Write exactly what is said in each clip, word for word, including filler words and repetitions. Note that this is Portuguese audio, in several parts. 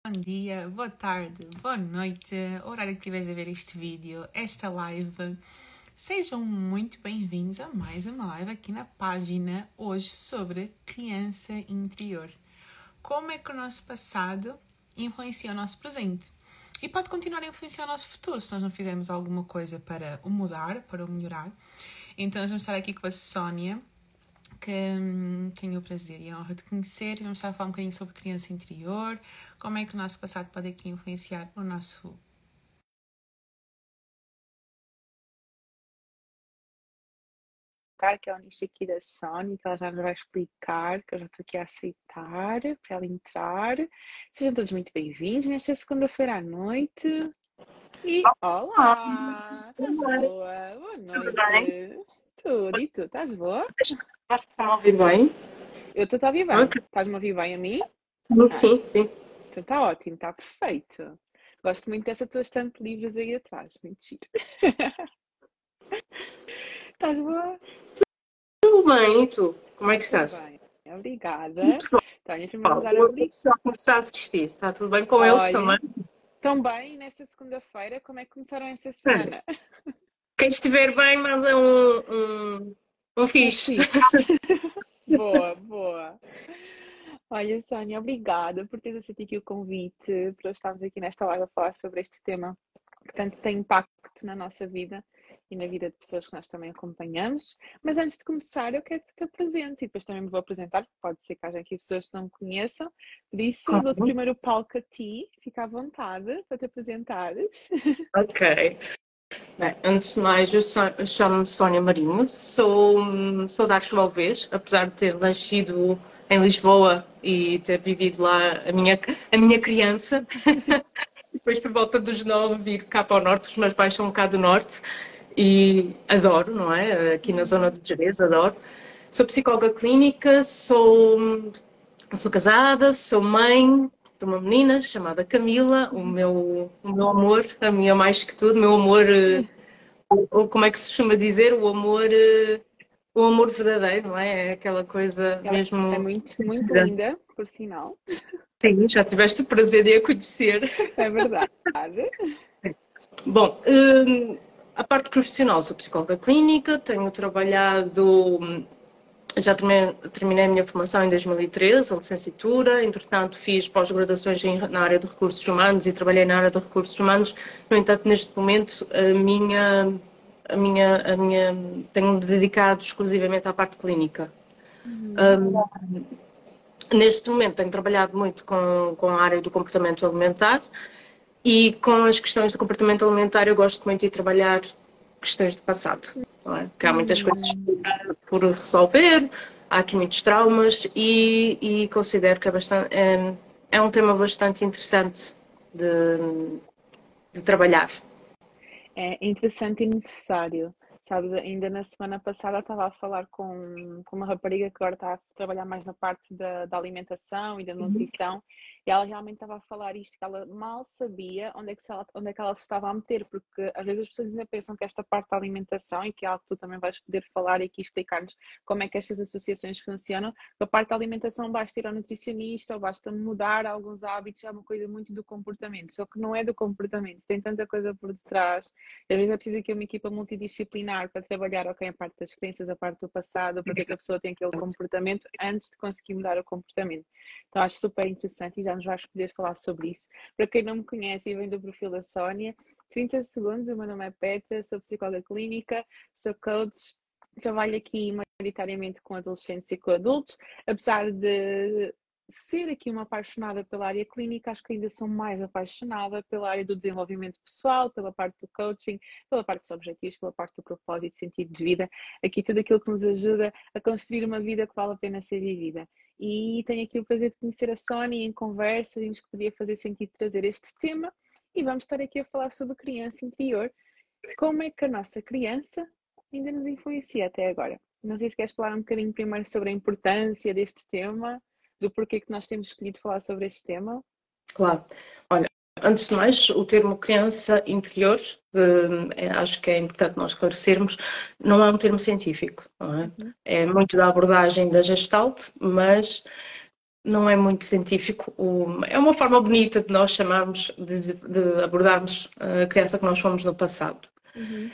Bom dia, boa tarde, boa noite, horário que estiveres a ver este vídeo, esta live. Sejam muito bem-vindos a mais uma live aqui na página, hoje sobre criança interior. Como é que o nosso passado influencia o nosso presente? E pode continuar a influenciar o nosso futuro, se nós não fizermos alguma coisa para o mudar, para o melhorar. Então, nós vamos estar aqui com a Sónia, que hum, tenho o prazer e a honra de conhecer. Vamos estar a falar um bocadinho sobre criança interior, como é que o nosso passado pode aqui influenciar o nosso... que é o nicho aqui da Sónia, que ela já nos vai explicar, que eu já estou aqui a aceitar para ela entrar. Sejam todos muito bem-vindos nesta segunda-feira à noite. E olá! Estás boa? Boa noite! Tudo bem? Tudo, e tu? Estás boa? Vocês estão a ouvir bem? Eu estou a ouvir bem. Ok. Estás-me a ouvir bem a mim? Sim, sim. Então está ótimo, está perfeito. Gosto muito dessa tua estante de livros aí atrás. Muito giro. Estás boa? Tudo bem, e tu? Como é que estás? Tudo bem. Obrigada. Pessoal, Então, em primeiro lugar, eu o pessoal como está a assistir? Está tudo bem com Olha, eles também? Estão bem nesta segunda-feira? Como é que começaram essa semana? Quem estiver bem, manda um, um, um fixe. Um fixe. Boa, boa. Olha, Sónia, obrigada por teres aceito aqui o convite, por estarmos aqui nesta live a falar sobre este tema que tanto tem impacto na nossa vida e na vida de pessoas que nós também acompanhamos. Mas antes de começar, eu quero que te apresentes e depois também me vou apresentar, porque pode ser que haja aqui pessoas que não me conheçam. Por isso, Claro. dou-te primeiro o palco a ti, fica à vontade para te apresentares. Ok. Bem, antes de mais, eu chamo-me Sónia Marinho, sou, sou da Archoval Vez, apesar de ter nascido em Lisboa e ter vivido lá a minha, a minha criança. Depois, por volta dos nove, vir cá para o norte, os meus pais são um bocado do norte e adoro, não é? Aqui na zona de Jerez, adoro. Sou psicóloga clínica, sou, sou casada, sou mãe de uma menina chamada Camila, o meu, o meu amor, a minha mais que tudo, o meu amor, ou como é que se chama dizer, o amor, o amor verdadeiro, não é? É aquela coisa Ela mesmo... é muito, muito linda, por sinal. Sim, já tiveste o prazer de a conhecer. É verdade. Bom, a parte profissional, sou psicóloga clínica, tenho trabalhado, já terminei, terminei a minha formação em dois mil e treze, a licenciatura, entretanto fiz pós-graduações na área de recursos humanos e trabalhei na área de recursos humanos. No entanto, neste momento, a minha, a minha, a minha, tenho-me dedicado exclusivamente à parte clínica. Uhum. Um, neste momento tenho trabalhado muito com, com a área do comportamento alimentar. E com as questões do comportamento alimentar eu gosto muito de trabalhar questões do passado, não é? Porque há muitas coisas por resolver, há aqui muitos traumas e, e considero que é, bastante, é, é um tema bastante interessante de, de trabalhar. É interessante e necessário. Sabes, ainda na semana passada estava a falar com, com uma rapariga que agora está a trabalhar mais na parte da, da alimentação e da nutrição, uhum. E ela realmente estava a falar isto, que ela mal sabia onde é que, ela, onde é que ela se estava a meter, porque às vezes as pessoas ainda pensam que esta parte da alimentação, e que é algo que tu também vais poder falar e aqui explicar-nos como é que estas associações funcionam, que a parte da alimentação basta ir ao nutricionista ou basta mudar alguns hábitos, é uma coisa muito do comportamento, só que não é do comportamento, tem tanta coisa por detrás. Às vezes é preciso aqui uma equipa multidisciplinar para trabalhar, ok, a parte das crenças, a parte do passado, porque é que a pessoa tem aquele comportamento antes de conseguir mudar o comportamento. Então acho super interessante e já nos vais poder falar sobre isso. Para quem não me conhece e vem do perfil da Sónia, trinta segundos, o meu nome é Petra, sou psicóloga clínica, sou coach, trabalho aqui maioritariamente com adolescentes e com adultos, apesar de ser aqui uma apaixonada pela área clínica, acho que ainda sou mais apaixonada pela área do desenvolvimento pessoal, pela parte do coaching, pela parte dos objetivos, pela parte do propósito e sentido de vida, aqui tudo aquilo que nos ajuda a construir uma vida que vale a pena ser vivida. E tenho aqui o prazer de conhecer a Sónia em conversa, vimos que podia fazer sentido trazer este tema e vamos estar aqui a falar sobre a criança interior, como é que a nossa criança ainda nos influencia até agora. Não sei se queres falar um bocadinho primeiro sobre a importância deste tema, do porquê que nós temos escolhido falar sobre este tema. Claro. Olha, antes de mais, o termo criança interior, eh, acho que é importante nós esclarecermos, não é um termo científico, não é? Uhum. É muito da abordagem da Gestalt, mas não é muito científico. É uma forma bonita de nós chamarmos, de, de abordarmos a criança que nós fomos no passado. Uhum.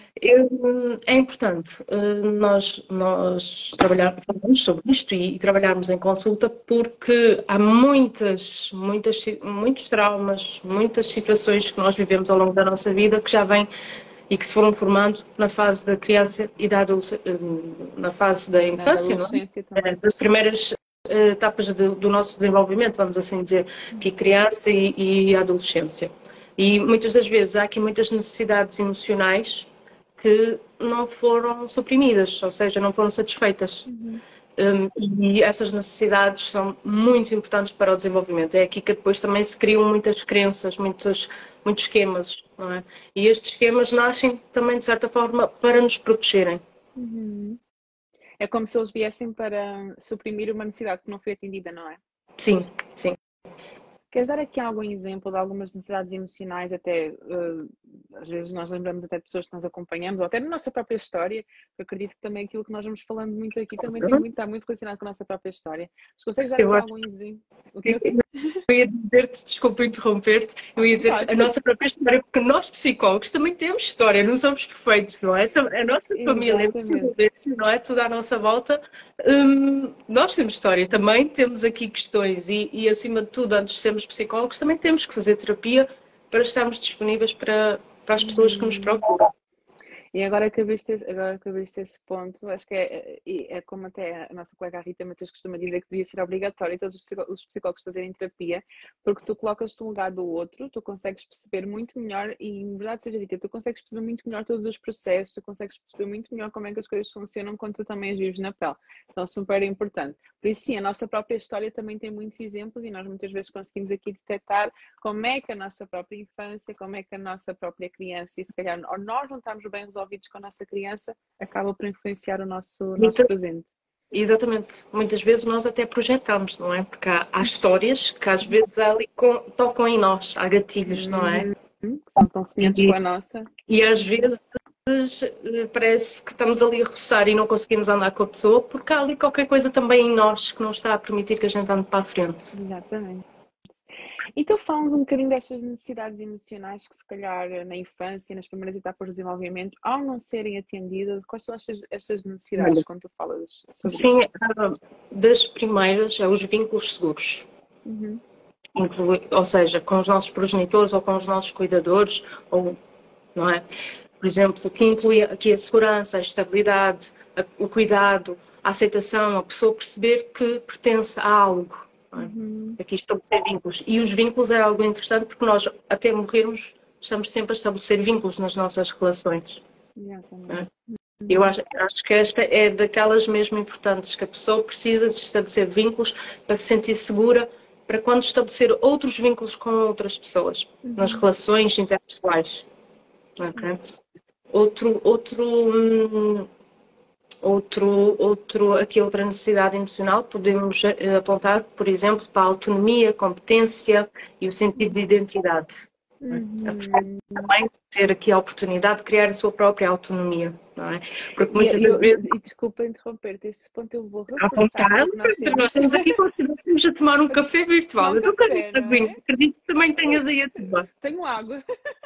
É importante nós, nós trabalharmos sobre isto e, e trabalharmos em consulta, porque há muitas, muitas, muitos traumas, muitas situações que nós vivemos ao longo da nossa vida que já vêm e que se foram formando na fase da criança e da adolescência, na fase da infância, da adolescência não é? também. Das primeiras etapas de, do nosso desenvolvimento, vamos assim dizer, que é criança e, e adolescência. E muitas das vezes há aqui muitas necessidades emocionais que não foram suprimidas, ou seja, não foram satisfeitas. Uhum. Um, e essas necessidades são muito importantes para o desenvolvimento. É aqui que depois também se criam muitas crenças, muitos, muitos esquemas, não é? E estes esquemas nascem também, de certa forma, para nos protegerem. Uhum. É como se eles viessem para suprimir uma necessidade que não foi atendida, não é? Sim, sim. Queres dar aqui algum exemplo de algumas necessidades emocionais, até uh, às vezes nós lembramos até de pessoas que nós acompanhamos, ou até na nossa própria história, eu acredito que também aquilo que nós vamos falando muito aqui também tem muito, está muito relacionado com a nossa própria história. Mas consegues dar aqui algum exemplo? O quê? Eu ia dizer-te, desculpa interromper-te, eu ia dizer a nossa própria história, porque nós psicólogos também temos história, não somos perfeitos, não é? A nossa família, a não é? Tudo à nossa volta, hum, nós temos história, também temos aqui questões e, e, acima de tudo, antes de sermos psicólogos, também temos que fazer terapia para estarmos disponíveis para, para as pessoas que nos procuram. E agora que abriste, agora que abriste esse ponto, acho que é, é, é como até a nossa colega Rita Matheus costuma dizer, que devia ser obrigatório todos os psicólogos fazerem terapia, porque tu colocas-te no lugar do outro, tu consegues perceber muito melhor, e em verdade seja dita, tu consegues perceber muito melhor todos os processos, tu consegues perceber muito melhor como é que as coisas funcionam quando tu também as vives na pele. Então, super importante. Por isso, sim, a nossa própria história também tem muitos exemplos e nós muitas vezes conseguimos aqui detectar como é que a nossa própria infância, como é que a nossa própria criança, e se calhar ou nós não estamos bem resolvidos com a nossa criança, acaba por influenciar o nosso, nosso presente. Exatamente. Muitas vezes nós até projetamos, não é? Porque há, há histórias que às vezes ali com, tocam em nós, há gatilhos, não é? Uhum. Que são tão semelhantes com a nossa. E às vezes parece que estamos ali a roçar e não conseguimos andar com a pessoa porque há ali qualquer coisa também em nós que não está a permitir que a gente ande para a frente. Exatamente. Então falamos um bocadinho destas necessidades emocionais que se calhar na infância, nas primeiras etapas do desenvolvimento, ao não serem atendidas, quais são estas, estas necessidades Olha, quando tu falas sobre sim, isso? Sim, das primeiras é os vínculos seguros. Uhum. Inclui, ou seja, com os nossos progenitores ou com os nossos cuidadores, ou, não é? Por exemplo, que inclui aqui a segurança, a estabilidade, a, o cuidado, a aceitação, a pessoa perceber que pertence a algo. Não é? Uhum. Aqui estabelecer vínculos. E os vínculos é algo interessante porque nós, até morrermos, estamos sempre a estabelecer vínculos nas nossas relações. Exatamente. É? Eu acho, acho que esta é daquelas mesmo importantes, que a pessoa precisa de estabelecer vínculos para se sentir segura, para quando estabelecer outros vínculos com outras pessoas, uhum. nas relações interpessoais. Okay. Outro, outro, hum, outro, outro, aqui outra necessidade emocional podemos apontar, por exemplo, para a autonomia, competência e o sentido de identidade. Uhum. A pessoa também ter aqui a oportunidade de criar a sua própria autonomia, não é? Porque muitas e, eu, vezes... E desculpa interromper-te, esse ponto eu vou reforçar. Nós, temos... nós estamos aqui como se estivéssemos a tomar um café virtual. Um eu estou café, com a é? Acredito que também tenhas aí a tua. Tenho água.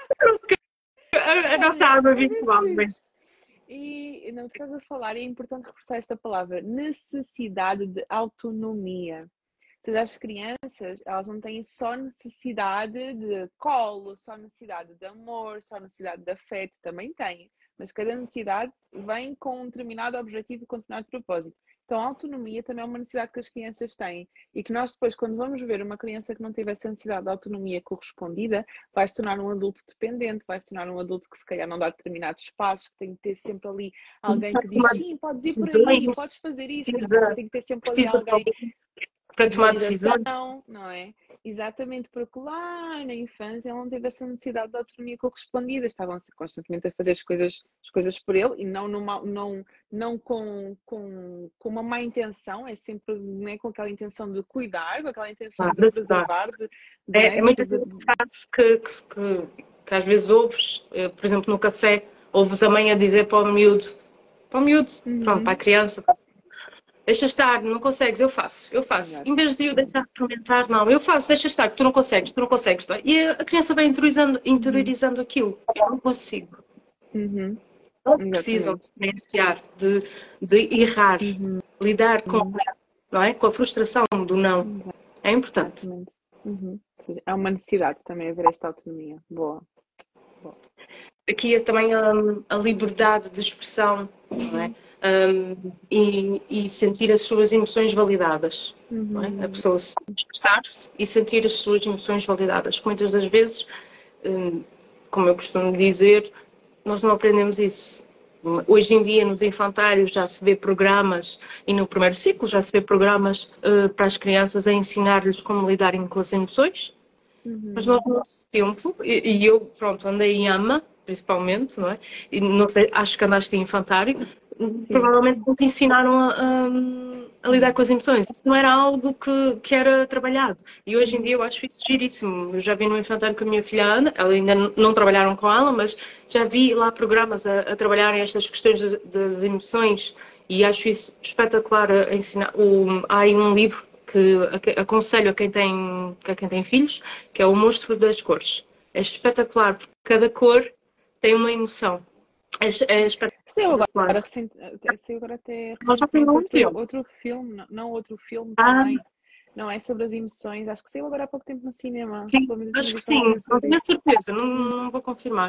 A, a nossa água virtual. Mas... E não estás a falar, e é importante reforçar esta palavra, necessidade de autonomia. As crianças, elas não têm só necessidade de colo, só necessidade de amor, só necessidade de afeto, também têm. Mas cada necessidade vem com um determinado objetivo e com um determinado propósito. Então, a autonomia também é uma necessidade que as crianças têm. E que nós depois, quando vamos ver uma criança que não teve essa necessidade de autonomia correspondida, vai se tornar um adulto dependente, vai se tornar um adulto que se calhar não dá determinados espaços, que tem que ter sempre ali alguém que diz, sim, podes ir por aí, podes fazer isso. Tem que ter sempre ali alguém... para tomar decisões, não é? Exatamente, porque lá na infância ele não teve essa necessidade de autonomia correspondida, estavam constantemente a fazer as coisas, as coisas por ele e não, numa, não, não com, com, com uma má intenção, é sempre né, com aquela intenção de cuidar, com aquela intenção ah, de preservar. De, de, é, é muito interessante que, que, que, que às vezes ouves, por exemplo, no café, ouves a mãe a dizer para o miúdo, para o miúdo, uhum. pronto, para a criança, Deixa estar, não consegues, eu faço, eu faço. Exato. Em vez de eu deixar de comentar, não, eu faço, deixa estar, tu não consegues, tu não consegues. Não é? E a criança vai interiorizando, Uhum. interiorizando aquilo. Eu não consigo. Uhum. Eles precisam de Exatamente. experienciar, de, de errar, Uhum. lidar com, Uhum. não é? Com a frustração do não. É importante. Exatamente. Uhum. Ou seja, é uma necessidade também haver esta autonomia. Boa. Boa. Aqui é também a, a liberdade de expressão, não é? Um, e, e sentir as suas emoções validadas. Não é? A Uhum. pessoa expressar-se e sentir as suas emoções validadas. Muitas das vezes, um, como eu costumo dizer, nós não aprendemos isso. Hoje em dia, nos infantários, já se vê programas, e no primeiro ciclo já se vê programas uh, para as crianças a ensinar-lhes como lidarem com as emoções. Mas Uhum. nós, no nosso tempo, e, e eu, pronto, andei em AMA, principalmente, não é? E não sei, acho que andaste em infantário, Sim. provavelmente não te ensinaram a, a, a lidar Uhum. com as emoções. Isso não era algo que, que era trabalhado. E hoje em Uhum. dia eu acho isso giríssimo. Eu já vi no infantário com a minha filha Ana, ela ainda não trabalharam com ela, mas já vi lá programas a, a trabalharem estas questões das, das emoções e acho isso espetacular a ensinar. O, há aí um livro que aconselho a quem tem, a quem tem filhos, que é O Monstro das Cores. É espetacular, porque cada cor tem uma emoção. É, é Saiu espetacular. agora, recent... Saiu agora até Nós já temos recentemente um outro, tempo. outro filme, não, não outro filme Ah, também. Não é sobre as emoções. Acho que saiu agora há pouco tempo no cinema. sim, Pelo menos eu tinha acho que visto sim. alguma coisa Não sobre tenho a isso. certeza, não, Uhum. não vou confirmar.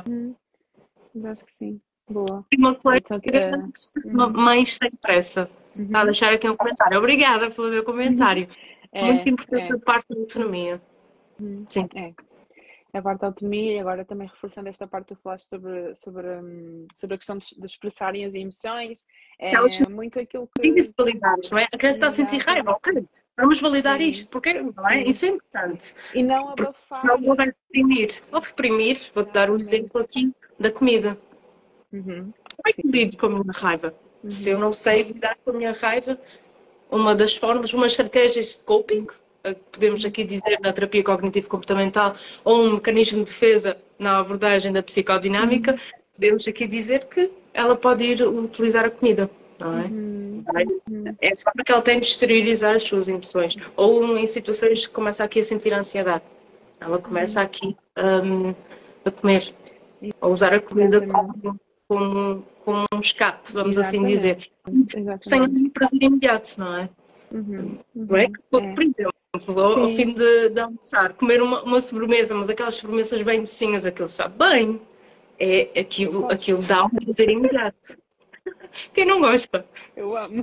Mas acho que sim. Boa. E uma colega Então, uh, uhum. mais sem pressa. Está a Uhum. deixar aqui um comentário. Obrigada pelo seu comentário. Muito É, importante é. a parte da autonomia. Uhum. Sim. É. A parte da autonomia e agora também reforçando esta parte que tu falaste sobre, sobre, um, sobre a questão de, de expressarem as emoções, Elas é muito aquilo sentem-se que... validadas, não é? A criança está a sentir raiva, Exatamente. ok. Vamos validar Sim, isto, porque não é? sim. Isso é importante. E não Porque senão abafar. ela vai reprimir. Ou reprimir, vou-te dar o Exatamente. exemplo aqui da comida. Uhum. Como é que eu Sim. lido com a minha raiva? Se eu Uhum. não sei lidar com a minha raiva, uma das formas, umas estratégias de coping, podemos Uhum. aqui dizer na terapia cognitivo-comportamental, ou um mecanismo de defesa na abordagem da psicodinâmica, podemos aqui dizer que ela pode ir utilizar a comida, não é? Uhum. Uhum. É a forma que ela tem de exteriorizar as suas emoções. Ou em situações que começa aqui a sentir ansiedade. Ela começa Uhum. aqui um, a comer, a usar a comida Exatamente. como, como, como um escape, vamos assim Exatamente. dizer. Tem Exatamente. um prazer imediato, não é? Uhum. Não é? Uhum. Por É. exemplo, ao, ao Sim. fim de, de almoçar, comer uma, uma sobremesa, mas aquelas sobremesas bem docinhas, aquilo sabe bem. É, Eu aquilo, aquilo gosto. dá um prazer imediato. Quem não gosta? Eu amo.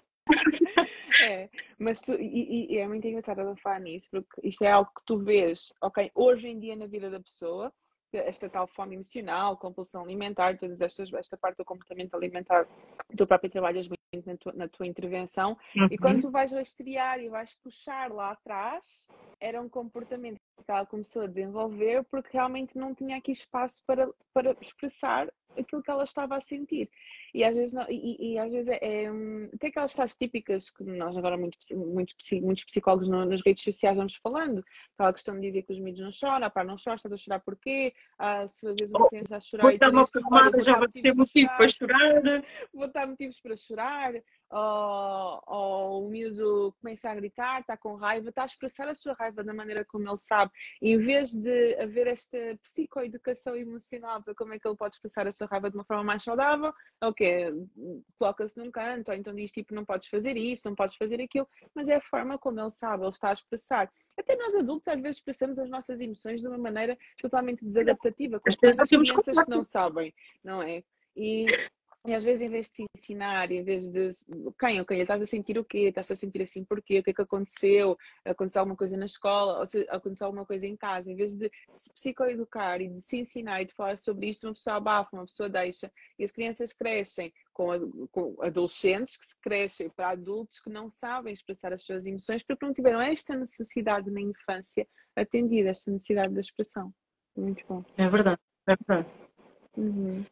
É, mas tu, e, e- e é muito engraçado ela falar nisso, porque isto é algo que tu vês, ok, hoje em dia na vida da pessoa, esta tal fome emocional, compulsão alimentar, todas estas, esta parte do comportamento alimentar, tu próprio trabalhas muito na tua, na tua intervenção, e quando Uhum. tu vais rastrear e vais puxar lá atrás, era um comportamento que ela começou a desenvolver porque realmente não tinha aqui espaço para, para expressar aquilo que ela estava a sentir. E às vezes, não, e, e às vezes é, é, tem aquelas frases típicas que nós agora muito, muito, muitos psicólogos no, nas redes sociais vamos falando, aquela questão de dizer que os miúdos não choram, pá, não choras, estás a chorar porquê? Ah, se vês uma Oh, criança a chorar vou e dar tu uma dizes, olha, palmada, vou já dar vai motivos ter para motivo para chorar, chorar. vou dar motivos para chorar, ou, ou o miúdo começa a gritar, está com raiva, está a expressar a sua raiva da maneira como ele sabe, e em vez de haver esta psicoeducação emocional para como é que ele pode expressar a sua raiva de uma forma mais saudável, ok, coloca-se num canto, ou então diz tipo, não podes fazer isso, não podes fazer aquilo, mas é a forma como ele sabe, ele está a expressar. Até nós adultos às vezes expressamos as nossas emoções de uma maneira totalmente desadaptativa, As quanto vezes mais não as temos crianças que não contato. sabem, não é? E e às vezes, em vez de se ensinar, em vez de quem, ok, estás a sentir o quê? Estás a sentir assim porquê? O que é que aconteceu? Aconteceu alguma coisa na escola? Ou se aconteceu alguma coisa em casa? Em vez de se psicoeducar e de se ensinar e de falar sobre isto, uma pessoa abafa, uma pessoa deixa. E as crianças crescem com, com adolescentes que se crescem para adultos que não sabem expressar as suas emoções porque não tiveram esta necessidade na infância atendida, esta necessidade da expressão. Muito bom. É verdade, é verdade. Uhum.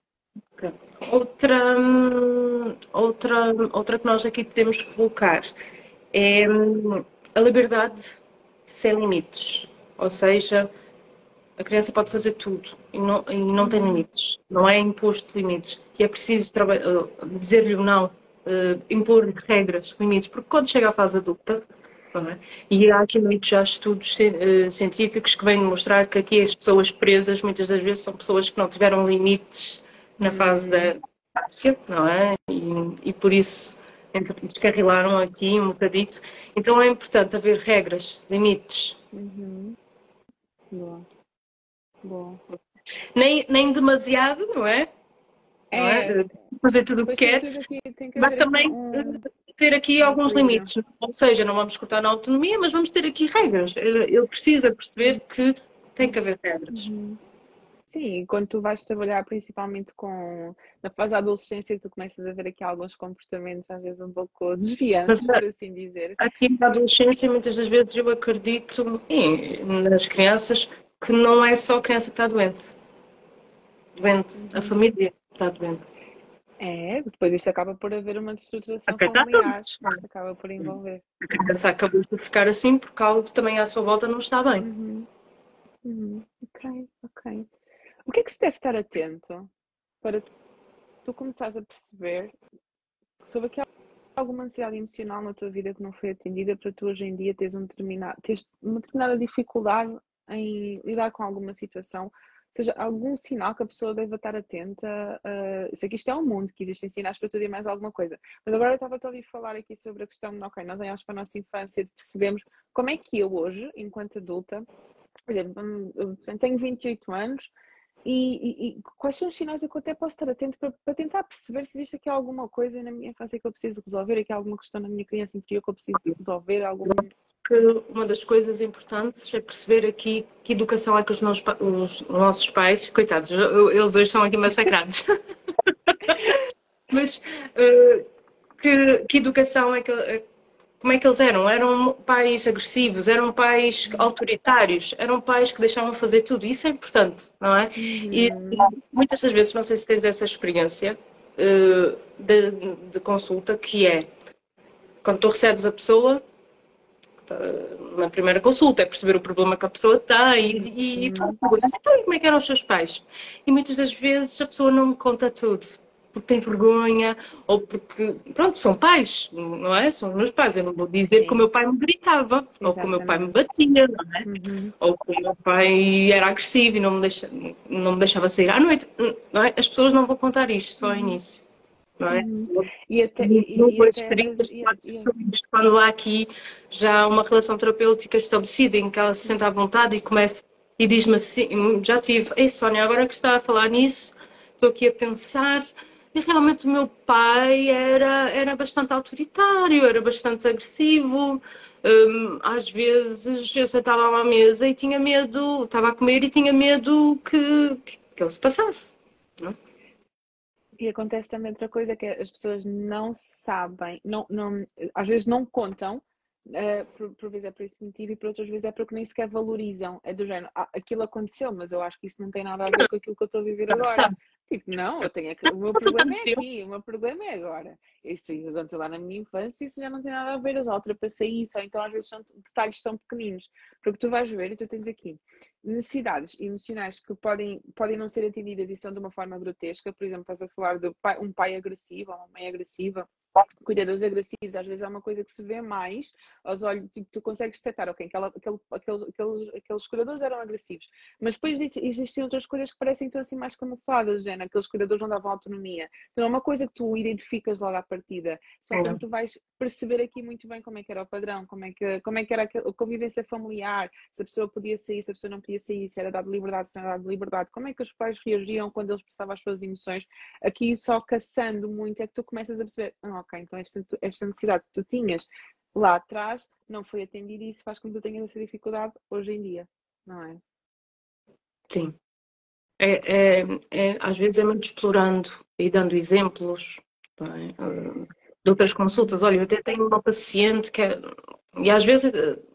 Outra, outra, outra que nós aqui podemos colocar é a liberdade sem limites. Ou seja, a criança pode fazer tudo e não, e não tem Uhum. limites. Não é imposto limites. E é preciso dizer-lhe o não. uh, impor regras, limites, porque quando chega à fase adulta, não é? E há aqui muitos já estudos uh, científicos que vêm mostrar que aqui as pessoas presas muitas das vezes são pessoas que não tiveram limites na fase Uhum. da infância, não é? E, e por isso descarrilaram aqui um bocadito. Então é importante haver regras, limites. Uhum. Boa, boa. Nem, nem demasiado, não é? Não é? É, Fazer tudo o que depois tem quer, tudo aqui, tem que mas haver aqui também um, ter aqui um alguns equilíbrio. limites. Ou seja, não vamos cortar na autonomia, mas vamos ter aqui regras. Ele precisa perceber que tem que haver regras. Uhum. Sim, e quando tu vais trabalhar principalmente com na fase da adolescência, tu começas a ver aqui alguns comportamentos às vezes um pouco Mas desviantes, por assim dizer. aqui na adolescência, muitas das vezes eu acredito em, nas crianças que não é só a criança que está doente. Doente, a Uhum. família está doente. É, depois isto acaba por haver uma destruturação Afeta a familiar, todos. acaba por envolver. A criança acabou por ficar assim porque algo também à sua volta não está bem. Uhum. Uhum. Ok, ok. O que é que se deve estar atento para tu começares a perceber sobre aquela alguma ansiedade emocional na tua vida que não foi atendida para tu hoje em dia teres, um determinado, teres uma determinada dificuldade em lidar com alguma situação, seja algum sinal que a pessoa deva estar atenta. Uh, sei que isto é um mundo, que existem sinais para tudo e mais alguma coisa, mas agora eu estava a ouvir falar aqui sobre a questão de, ok, nós olhamos para a nossa infância e percebemos como é que eu hoje, enquanto adulta, por exemplo, eu tenho vinte e oito anos, e, e, e quais são os sinais a que eu até posso estar atento para, para tentar perceber se existe aqui alguma coisa na minha infância que eu preciso resolver, aqui alguma questão na minha criança interior que eu preciso resolver, algum... Que uma das coisas importantes é perceber aqui que educação é que os, nossos, os nossos pais, coitados, eles hoje estão aqui massacrados, mas uh, que, que educação é que, como é que eles eram? Eram pais agressivos, eram pais autoritários, eram pais que deixavam fazer tudo. Isso é importante, não é? E Uhum. muitas das vezes, não sei se tens essa experiência uh, de, de consulta, que é quando tu recebes a pessoa na primeira consulta, é perceber o problema que a pessoa tem e, e tu Uhum. perguntas, então, como é que eram os seus pais? E muitas das vezes a pessoa não me conta tudo, porque tem vergonha, ou porque, pronto, são pais, não é? São os meus pais, eu não vou dizer que o Sim, meu pai me gritava, ou que o meu pai me exatamente. batia, não é? Uhum. Ou que o meu pai era agressivo e não me, deixa, não me deixava sair à noite, não é? As pessoas não vão contar isto só ao Uhum. início. Não é? Uhum. E até, Não e, e foi até às vezes. estritas de E, e, sessões, quando há aqui já uma relação terapêutica estabelecida em que ela se sente à vontade e começa e diz-me assim, já tive, ei Sónia, agora que está a falar nisso, estou aqui a pensar, e realmente o meu pai era, era bastante autoritário, era bastante agressivo, hum, às vezes eu sentava à mesa e tinha medo, estava a comer e tinha medo que, que, que ele se passasse. Não? E acontece também outra coisa, que é as pessoas não sabem, não, não, às vezes não contam, uh, por, por vezes é por esse motivo e por outras vezes é porque nem sequer valorizam. É do género, ah, aquilo aconteceu, mas eu acho que isso não tem nada a ver com aquilo que eu estou a viver agora. Tipo, não, eu tenho, o meu Passa problema tanto é tempo. aqui, o meu problema é agora. Isso que aconteceu lá na minha infância, isso já não tem nada a ver, eu já ultrapassei isso, ou então às vezes são detalhes tão pequeninos. Porque tu vais ver e tu tens aqui necessidades emocionais que podem, podem não ser atendidas e são de uma forma grotesca. Por exemplo, estás a falar de pai, um pai agressivo ou uma mãe agressiva. Cuidadores agressivos, às vezes é uma coisa que se vê mais aos olhos, tipo, tu consegues detectar, ok, aquela, aquele, aqueles, aqueles, aqueles cuidadores eram agressivos, mas depois existem outras coisas que parecem então assim mais camufladas, Jana, aqueles cuidadores não davam autonomia, então é uma coisa que tu identificas logo à partida, só quando tu vais perceber aqui muito bem como é que era o padrão, como é que, como é que era a convivência familiar, se a pessoa podia sair, se a pessoa não podia sair, se era dado liberdade, se não era dado liberdade, como é que os pais reagiam quando eles passavam as suas emoções, aqui só caçando muito é que tu começas a perceber, ah, ok, então esta, esta necessidade que tu tinhas lá atrás não foi atendida e isso faz com que tu tenhas essa dificuldade hoje em dia, não é? Sim. É, é, é, às vezes é muito explorando e dando exemplos, não é? De outras consultas. Olha, eu até tenho uma paciente que é, e às vezes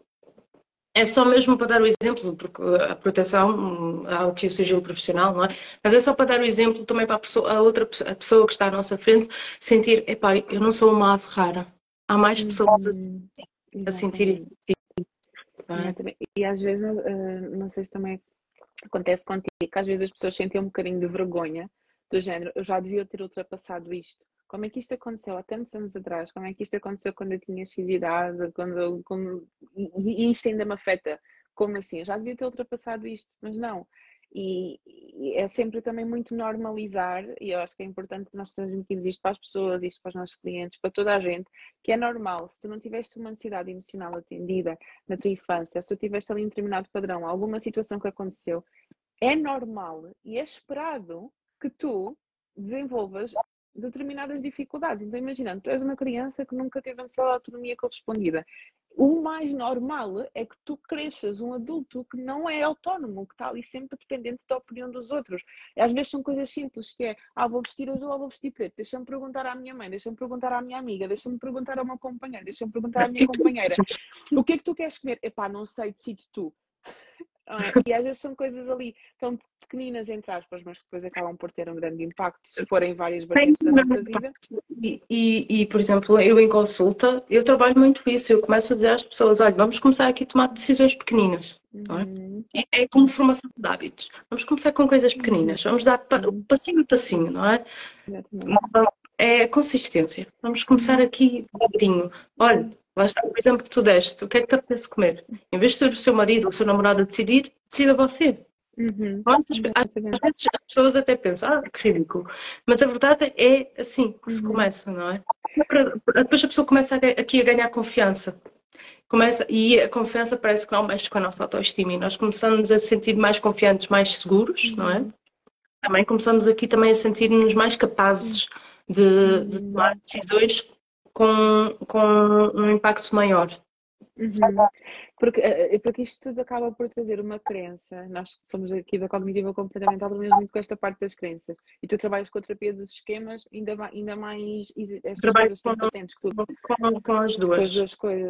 é só mesmo para dar o exemplo, porque a proteção há o que o sigilo profissional, não é? Mas é só para dar o exemplo também para a, pessoa, a outra a pessoa que está à nossa frente sentir, epá, eu não sou uma ave rara. Há mais pessoas a, Uhum, a sentir isso. exatamente, Não é? exatamente. E às vezes, uh, não sei se também acontece contigo, que às vezes as pessoas sentem um bocadinho de vergonha, do género, eu já devia ter ultrapassado isto como é que isto aconteceu há tantos anos atrás, como é que isto aconteceu quando eu tinha X idade, quando, como, e, e isto ainda me afeta, como assim? Eu já devia ter ultrapassado isto, mas não. E, e é sempre também muito normalizar, e eu acho que é importante que nós transmitirmos isto para as pessoas, isto para os nossos clientes, para toda a gente, que é normal, se tu não tiveste uma necessidade emocional atendida na tua infância, se tu tiveste ali um determinado padrão, alguma situação que aconteceu, é normal e é esperado que tu desenvolvas determinadas dificuldades. Então, imagina, tu és uma criança que nunca teve ansiedade de autonomia correspondida. O mais normal é que tu cresças um adulto que não é autónomo, que está ali sempre dependente da opinião dos outros. Às vezes são coisas simples, que é, ah, vou vestir azul ou vou vestir preto, deixa-me perguntar à minha mãe, deixa-me perguntar à minha amiga, deixa-me perguntar ao meu companheiro, deixa-me perguntar à minha companheira. O que é que tu queres comer? Epá, não sei, decide tu. Não é? E às vezes são coisas ali tão pequeninas, entre aspas, mas que depois acabam por ter um grande impacto se forem várias vertentes da nossa vida. E, e, e, por exemplo, eu em consulta, eu trabalho muito isso. Eu começo a dizer às pessoas, olha, vamos começar aqui a tomar decisões pequeninas. Não é? Uhum. É, é como formação de hábitos. Vamos começar com coisas pequeninas. Vamos dar pa, Uhum. passinho a passinho, não é? Exatamente. É consistência. Vamos começar aqui devagarinho. Olha, lá está, por exemplo, que tu deste. O que é que te apetece comer? Em vez de ser o seu marido ou o seu namorado a decidir, decida você. Uhum. Às, às vezes as pessoas até pensam, ah, que ridículo. Mas a verdade é assim que se Uhum. começa, não é? Depois a pessoa começa aqui a ganhar confiança. Começa, e a confiança parece que não mexe com a nossa autoestima. E nós começamos a sentir mais confiantes, mais seguros, Uhum. não é? Também começamos aqui também a sentir-nos mais capazes de, de tomar decisões com, com um impacto maior. Uhum. Porque, porque isto tudo acaba por trazer uma crença. Nós somos aqui da cognitiva comportamental, trabalhamos muito com esta parte das crenças. E tu trabalhas com a terapia dos esquemas, ainda mais, ainda mais estas Trabalho coisas tão patentes que tu, com, com as duas. com as duas coisas.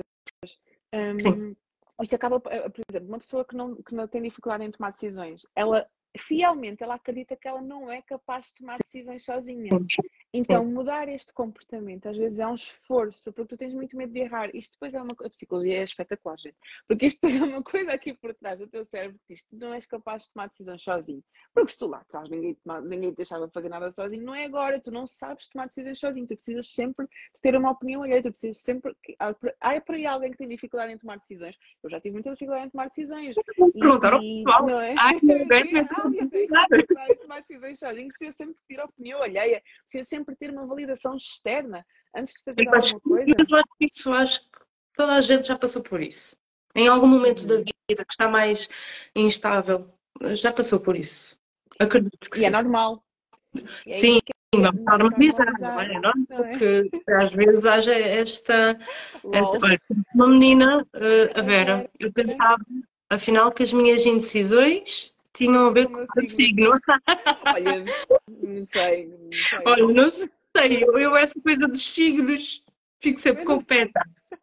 Sim. Um, isto acaba, por exemplo, uma pessoa que não, que não tem dificuldade em tomar decisões, ela fielmente ela acredita que ela não é capaz de tomar decisões sozinha. Então, mudar este comportamento às vezes é um esforço, porque tu tens muito medo de errar. Isto depois é uma a psicologia é espetacular, gente. Porque isto depois é uma coisa aqui por trás do teu cérebro que diz que tu não és capaz de tomar decisões sozinho. Porque se tu lá atrás ninguém, ninguém te deixava de fazer nada sozinho, não é agora, tu não sabes tomar decisões sozinho, tu precisas sempre de ter uma opinião alheia, tu precisas sempre. Há para aí alguém que tem dificuldade em tomar decisões. Eu já tive muita dificuldade em tomar decisões. Vamos perguntar ao E, pessoal. não é? Ai, Sim, alguém tem dificuldade em tomar decisões sozinho, precisa sempre pedir opinião alheia, precisa sempre ter uma validação externa antes de fazer alguma coisa. Mas eu acho que isso, acho que toda a gente já passou por isso. Em algum momento uhum. da vida que está mais instável, já passou por isso. Acredito que e sim. É normal. E é sim, é vamos normalizar, não é? Não é? Porque às vezes haja esta... esta uma menina, uh, a Vera, eu pensava, afinal, que as minhas indecisões tinham a ver com o signo. Olha, não sei, não sei. Olha, não sei, eu, eu essa coisa dos signos fico sempre com o pé.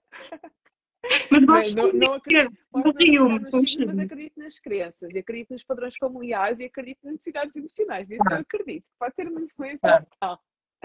Mas gosto não, não acredito, posso não rio-me nos signos, mas acredito nas crenças, e acredito nos padrões familiares e acredito nas necessidades emocionais. Nisso ah. eu acredito. Pode ter uma influência ah. tal.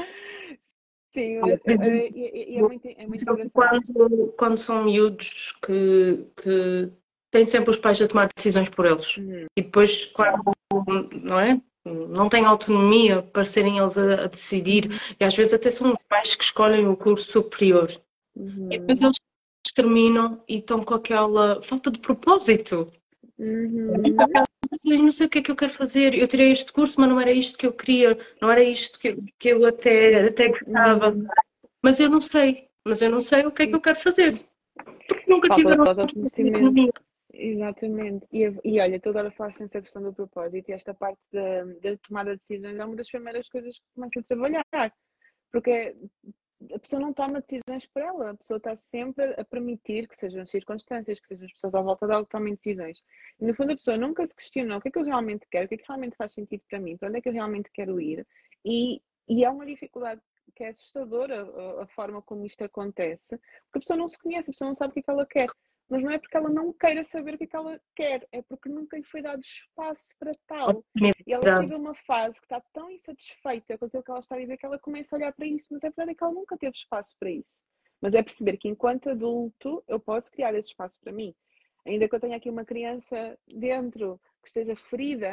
Sim, é, é, é, é muito, é muito engraçado. Quando, quando são miúdos que, que têm sempre os pais a tomar decisões por eles. Uhum. E depois, quando, não é? Não têm autonomia para serem eles a, a decidir, uhum. e às vezes até são os pais que escolhem o curso superior. Uhum. E depois eles terminam e estão com aquela falta de propósito. Uhum. Eu não sei o que é que eu quero fazer. Eu tirei este curso, mas não era isto que eu queria, não era isto que, que eu até, até gostava. Uhum. Mas eu não sei, mas eu não sei o que Sim. é que eu quero fazer. Porque nunca tive a conhecimento. Exatamente. E, e olha, tu agora falaste nessa questão do propósito e esta parte da, da tomada de decisões é uma das primeiras coisas que começa a trabalhar. Porque a pessoa não toma decisões por ela, a pessoa está sempre a permitir que sejam as circunstâncias, que sejam as pessoas à volta dela que tomem decisões. E no fundo a pessoa nunca se questiona o que é que eu realmente quero, o que é que realmente faz sentido para mim, para onde é que eu realmente quero ir. E, e é uma dificuldade que é assustadora a, a forma como isto acontece, porque a pessoa não se conhece, a pessoa não sabe o que é que ela quer. Mas não é porque ela não queira saber o que é que ela quer, é porque nunca lhe foi dado espaço para tal. E ela chega a uma fase que está tão insatisfeita com aquilo que ela está a viver que ela começa a olhar para isso, mas é verdade que ela nunca teve espaço para isso. Mas é perceber que enquanto adulto eu posso criar esse espaço para mim. Ainda que eu tenha aqui uma criança dentro que esteja ferida, que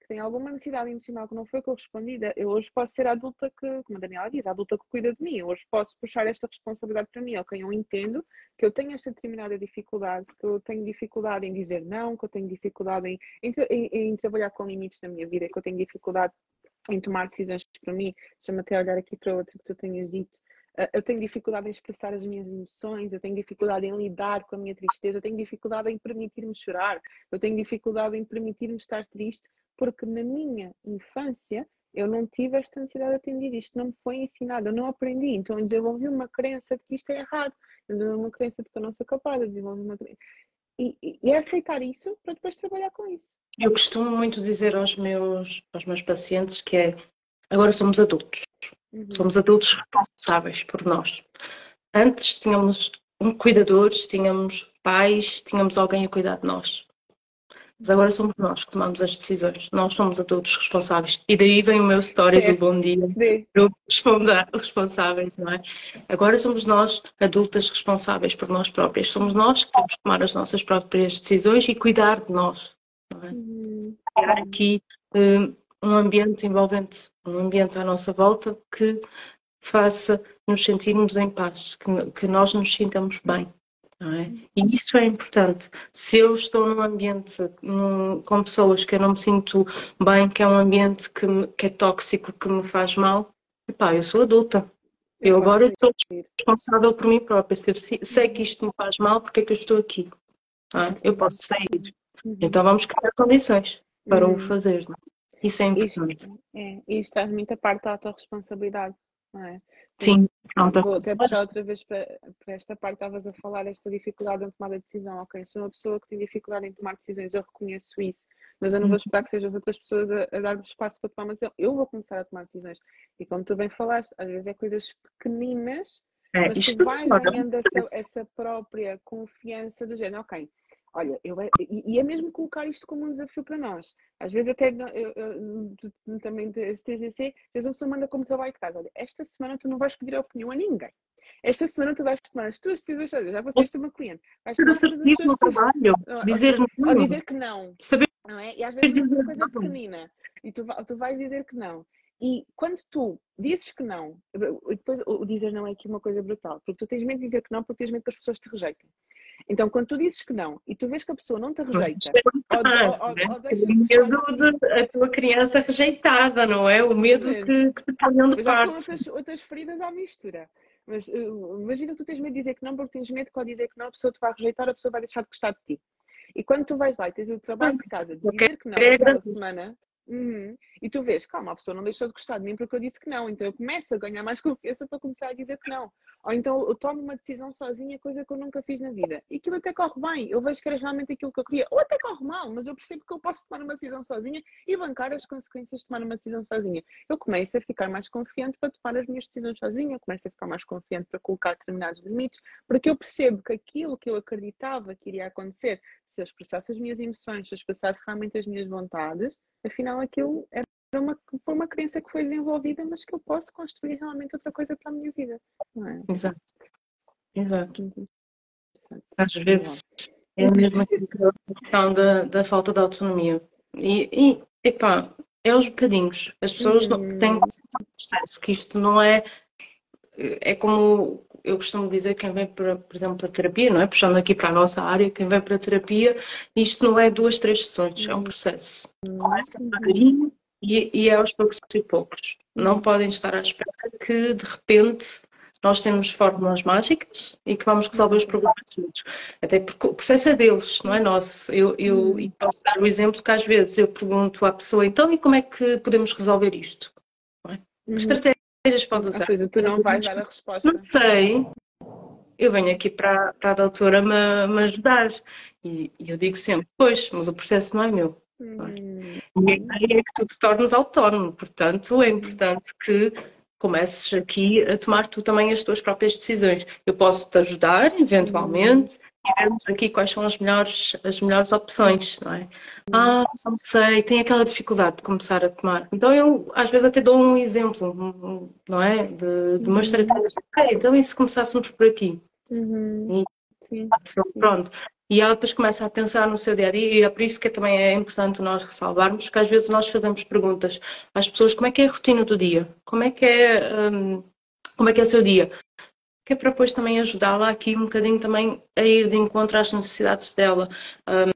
tem alguma necessidade emocional que não foi correspondida, eu hoje posso ser a adulta que, como a Daniela diz, a adulta que cuida de mim. Eu hoje posso puxar esta responsabilidade para mim. Ok, eu entendo que eu tenho esta determinada dificuldade, que eu tenho dificuldade em dizer não, que eu tenho dificuldade em, em, em, em trabalhar com limites na minha vida, que eu tenho dificuldade em tomar decisões para mim. Deixa-me até olhar aqui para outra que tu tenhas dito. Eu tenho dificuldade em expressar as minhas emoções, eu tenho dificuldade em lidar com a minha tristeza, eu tenho dificuldade em permitir-me chorar, eu tenho dificuldade em permitir-me estar triste, porque na minha infância eu não tive esta necessidade de atender isto, não me foi ensinado, eu não aprendi, então eu desenvolvi uma crença de que isto é errado, eu desenvolvi uma crença de que eu não sou capaz, eu desenvolvi uma crença... E, e, e é aceitar isso para depois trabalhar com isso. Eu costumo muito dizer aos meus, aos meus pacientes que é, agora somos adultos. Uhum. Somos adultos responsáveis por nós. Antes tínhamos um cuidadores, tínhamos pais, tínhamos alguém a cuidar de nós. Mas agora somos nós que tomamos as decisões. Nós somos adultos responsáveis. E daí vem o meu story do bom dia, do responsáveis, não é? Agora somos nós adultas responsáveis por nós próprias. Somos nós que temos que tomar as nossas próprias decisões e cuidar de nós. Não é? Uhum. Criar aqui um, um ambiente envolvente, um ambiente à nossa volta que faça nos sentirmos em paz, que, que nós nos sintamos bem. Não é? E isso é importante. Se eu estou num ambiente num, com pessoas que eu não me sinto bem, que é um ambiente que, me, que é tóxico, que me faz mal, epá, eu sou adulta. Eu, eu agora estou responsável por mim própria. Se eu sei que isto me faz mal, porque é que eu estou aqui? Não é? Eu posso sair. Uhum. Então vamos criar condições para uhum. o fazer. Não é? Isso é importante. Isto, é, isto faz muita parte da autorresponsabilidade, não é? Sim. Vou até puxar outra vez para, para esta parte, estavas a falar, esta dificuldade em tomar a decisão. Ok, sou uma pessoa que tem dificuldade em tomar decisões, eu reconheço isso, mas eu não vou esperar que sejam as outras pessoas a, a dar-me espaço para tomar uma decisão. Eu vou começar a tomar decisões. E como tu bem falaste, às vezes é coisas pequeninas, é, mas tu vais ganhando essa, essa própria confiança do género. Ok, olha, eu, e, e é mesmo colocar isto como um desafio para nós. Às vezes até, eu, eu, eu, também, este T C C, às vezes uma pessoa manda como trabalho que estás. Olha, esta semana tu não vais pedir opinião a ninguém. Esta semana tu vais tomar as tuas decisões. Já vou ser uma cliente. Vais tomar todas as tuas trabalho, dizer ou, ou dizer que não. Saber não é? E às vezes é uma coisa pequenina. E tu, tu vais dizer que não. E quando tu dizes que não, depois o dizer não é aqui uma coisa brutal, porque tu tens medo de dizer que não porque tens medo que as pessoas te rejeitem. Então, quando tu dizes que não e tu vês que a pessoa não te rejeita, ou, ou, né? ou, ou deixa o medo de a tua criança rejeitada, não é? O medo que, que te ponham de parte. Já são outras, outras feridas à mistura. Mas uh, imagina que tu tens medo de dizer que não porque tens medo que ao dizer que não a pessoa te vai rejeitar, a pessoa vai deixar de gostar de ti. E quando tu vais lá e tens o trabalho de casa de dizer que não aquela semana... Uhum. E tu vês, calma, a pessoa não deixou de gostar de mim porque eu disse que não, então eu começo a ganhar mais confiança para começar a dizer que não. Ou então eu tomo uma decisão sozinha, coisa que eu nunca fiz na vida. E aquilo até corre bem, eu vejo que era realmente aquilo que eu queria. Ou até corre mal, mas eu percebo que eu posso tomar uma decisão sozinha e bancar as consequências de tomar uma decisão sozinha. Eu começo a ficar mais confiante para tomar as minhas decisões sozinha, eu começo a ficar mais confiante para colocar determinados limites, porque eu percebo que aquilo que eu acreditava que iria acontecer, se eu expressasse as minhas emoções, se eu expressasse realmente as minhas vontades, afinal aquilo era uma, foi uma crença que foi desenvolvida, mas que eu posso construir realmente outra coisa para a minha vida. Não é? Exato. Exato. Às vezes é mesmo aquela questão da, da falta de autonomia. E, e epá, é aos bocadinhos. As pessoas uhum. não, têm que ter um processo, que isto não é... É como eu costumo dizer, quem vem, para, por exemplo, para a terapia, não é? Puxando aqui para a nossa área, quem vem para a terapia, isto não é duas, três sessões, é um processo. Começa devagarinho e, e é aos poucos e poucos. Não podem estar à espera que, de repente, nós temos fórmulas mágicas e que vamos resolver os problemas todos. Até porque o processo é deles, não é nosso. Eu, eu e posso dar o exemplo que às vezes eu pergunto à pessoa, então, e como é que podemos resolver isto? Não é? Que estratégia pode usar? Ou seja, tu não vais dar a resposta. Não sei. Eu venho aqui para, para a doutora me, me ajudar. E, e eu digo sempre, pois, mas o processo não é meu. Não é? E a ideia é que tu te tornes autónomo. Portanto, é importante que comeces aqui a tomar tu também as tuas próprias decisões. Eu posso te ajudar, eventualmente, e vermos aqui quais são as melhores, as melhores opções, não é? Ah, não sei, tem aquela dificuldade de começar a tomar. Então eu, às vezes, até dou um exemplo, não é? De, de uma estratégia. Ok, então e se começássemos por aqui? Uhum. E a pessoa, pronto. E ela depois começa a pensar no seu dia a dia, e é por isso que também é importante nós ressalvarmos que às vezes nós fazemos perguntas às pessoas como é que é a rotina do dia, como é que é, hum, como é que é o seu dia, que é para depois também ajudá-la aqui um bocadinho também a ir de encontro às necessidades dela. Hum,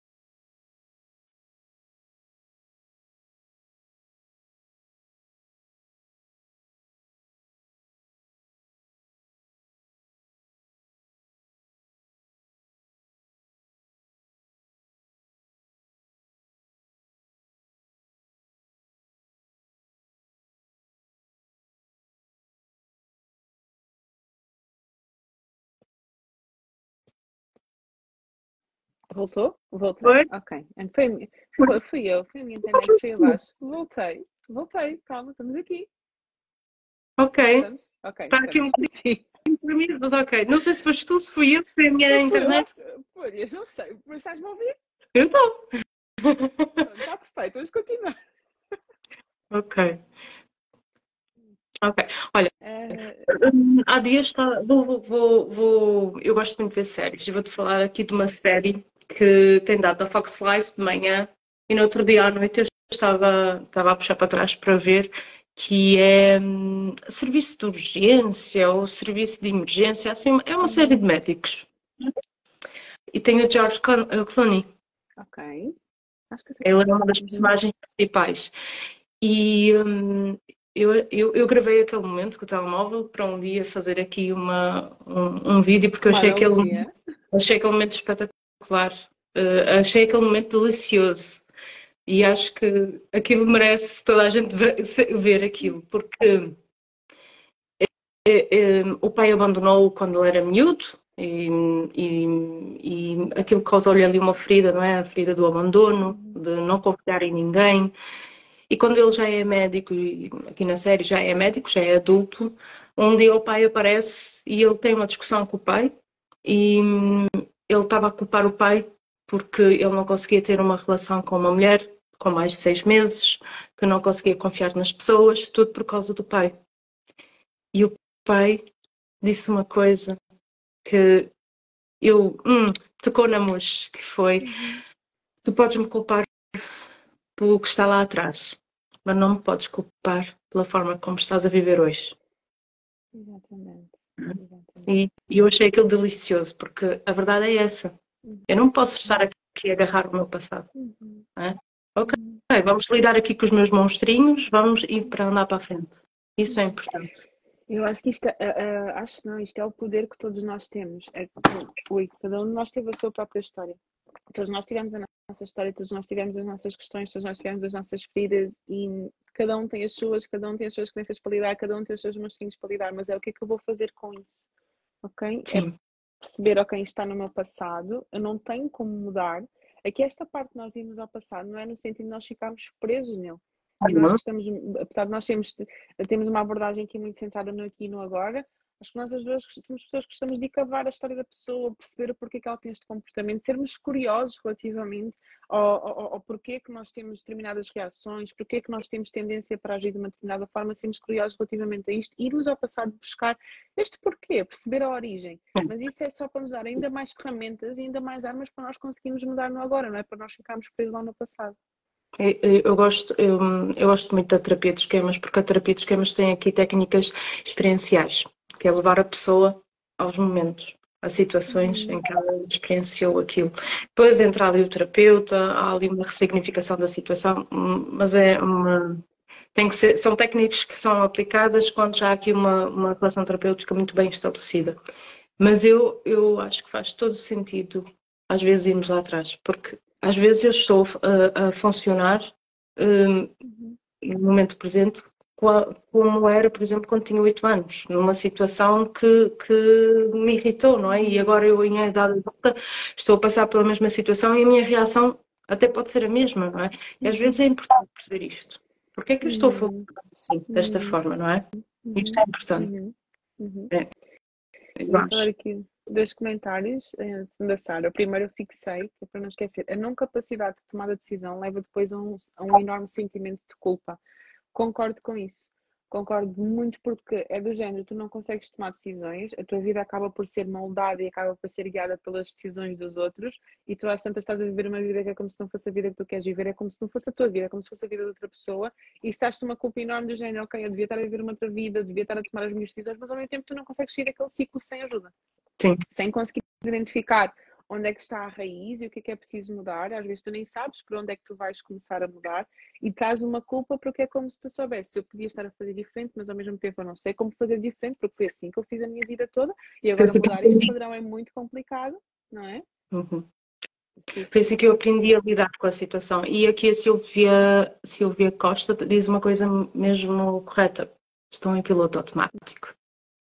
Voltou? Voltei? Foi? Ok. And Foi, a minha- foi, fui eu, foi a minha internet que foi abaixo. Voltei, voltei, calma, estamos aqui. Ok, Estamos? Ok, está aqui um estamos. bocadinho Sim. dormido, mas ok. Não sei se foste tu, se fui eu, se foi a minha Foi, eu internet. acho que. Olha, não sei, mas estás-me a ouvir? Eu estou. Pronto, está perfeito, vamos continuar. Ok, ok. Olha, Eh, hum, há dias está, vou, vou, vou, vou- eu gosto muito de ver séries. Eu vou-te falar aqui de uma série que tem dado da Fox Live de manhã e no outro dia à noite eu estava, estava a puxar para trás para ver que é hum, serviço de urgência ou serviço de emergência, assim, é uma série de uhum, médicos. E tem o George Con- eh, Clooney. ok. Acho que sei Ele quem é é. uma das Uhum. personagens principais. E hum, eu, eu, eu gravei aquele momento com o telemóvel para um dia fazer aqui uma, um, um vídeo, porque eu Uma achei aquele, analogia. achei aquele momento espetacular. Uh, achei aquele momento delicioso. E acho que aquilo merece toda a gente ver, ver aquilo, porque eh, eh, o pai abandonou-o quando ele era miúdo. E, e, e aquilo causou-lhe ali uma ferida, não é? A ferida do abandono, Uhum. de não confiar em ninguém. E quando ele já é médico, e aqui na série já é médico, já é adulto, um dia o pai aparece e ele tem uma discussão com o pai e ele estava a culpar o pai porque ele não conseguia ter uma relação com uma mulher com mais de seis meses, que não conseguia confiar nas pessoas, tudo por causa do pai. E o pai disse uma coisa que eu hum, tocou na mocha, que foi: Uhum. tu podes me culpar pelo que está lá atrás, mas não me podes culpar pela forma como estás a viver hoje. Exatamente. Exatamente. E, e eu achei aquilo delicioso, porque a verdade é essa. Eu Uhum. não posso estar aqui a agarrar o meu passado. Uhum. Não é? Ok, Uhum. vamos lidar aqui com os meus monstrinhos, vamos ir para andar para a frente. Isso é importante. Eu acho que isto, é- é- é- acho não, isto é o poder que todos nós temos. É que, ui, cada um de nós teve a sua própria história. Todos nós tivemos a nossa história, todos nós tivemos as nossas questões, todos nós tivemos as nossas feridas e cada um tem as suas, cada um tem as suas crenças para lidar, cada um tem os seus monstrinhos para lidar, mas é o que é que eu vou fazer com isso, ok? É Sim. perceber, ok, isto está no meu passado, eu não tenho como mudar. Aqui esta parte de nós irmos ao passado não é no sentido de nós ficarmos presos nele. E nós Uhum. gostamos, apesar de nós termos, temos uma abordagem aqui muito centrada no aqui e no agora, acho que nós às vezes somos pessoas que gostamos de cavar a história da pessoa, perceber o porquê que ela tem este comportamento, sermos curiosos relativamente ao, ao, ao porquê que nós temos determinadas reações, porquê que nós temos tendência para agir de uma determinada forma, sermos curiosos relativamente a isto, irmos ao passado buscar este porquê, perceber a origem. Mas isso é só para nos dar ainda mais ferramentas e ainda mais armas para nós conseguirmos mudar no agora, não é para nós ficarmos presos lá no passado. Eu, eu gosto, eu, eu gosto muito da terapia de esquemas, porque a terapia de esquemas tem aqui técnicas experienciais, que é levar a pessoa aos momentos, a situações em Uhum, que ela experienciou aquilo. Depois entra ali o terapeuta, há ali uma ressignificação da situação, hum, mas é uma, tem que ser, são técnicas que são aplicadas quando já há aqui uma, uma relação terapêutica muito bem estabelecida. Mas eu, eu acho que faz todo sentido, às vezes, irmos lá atrás, porque às vezes eu estou a, a funcionar hum, uhum, no momento presente como era, por exemplo, quando tinha oito anos, numa situação que, que me irritou, não é? E uhum, agora eu, em idade adulta, estou a passar pela mesma situação e a minha reação até pode ser a mesma, não é? E às vezes uhum, é importante perceber isto. Porquê é que eu estou a funcionar uhum, assim, desta uhum, forma, não é? Isto é uhum, importante. uhum, uhum. É, eu Vou só acho. ver aqui dois comentários eh, da Sara. O primeiro eu fixei, que é para não esquecer. A não capacidade de tomar a decisão leva depois a um, a um enorme sentimento de culpa. Concordo com isso. Concordo muito porque é do género, tu não consegues tomar decisões, a tua vida acaba por ser moldada e acaba por ser guiada pelas decisões dos outros e tu às tantas estás a viver uma vida que é como se não fosse a vida que tu queres viver, é como se não fosse a tua vida, é como se fosse a vida de outra pessoa e estás-te uma culpa enorme do género, ok, eu devia estar a viver uma outra vida, eu devia estar a tomar as minhas decisões, mas ao mesmo tempo tu não consegues sair daquele ciclo sem ajuda. Sim. Sem conseguir identificar onde é que está a raiz e o que é que é preciso mudar. Às vezes tu nem sabes por onde é que tu vais começar a mudar e traz uma culpa porque é como se tu soubesse. Eu podia estar a fazer diferente, mas ao mesmo tempo eu não sei como fazer diferente porque foi assim que eu fiz a minha vida toda e agora Foi assim que mudar eu este aprendi. padrão é muito complicado, não é? Uhum. Isso. Foi assim que eu aprendi a lidar com a situação. E aqui a Silvia, Silvia Costa diz uma coisa mesmo correta. Estão em piloto automático.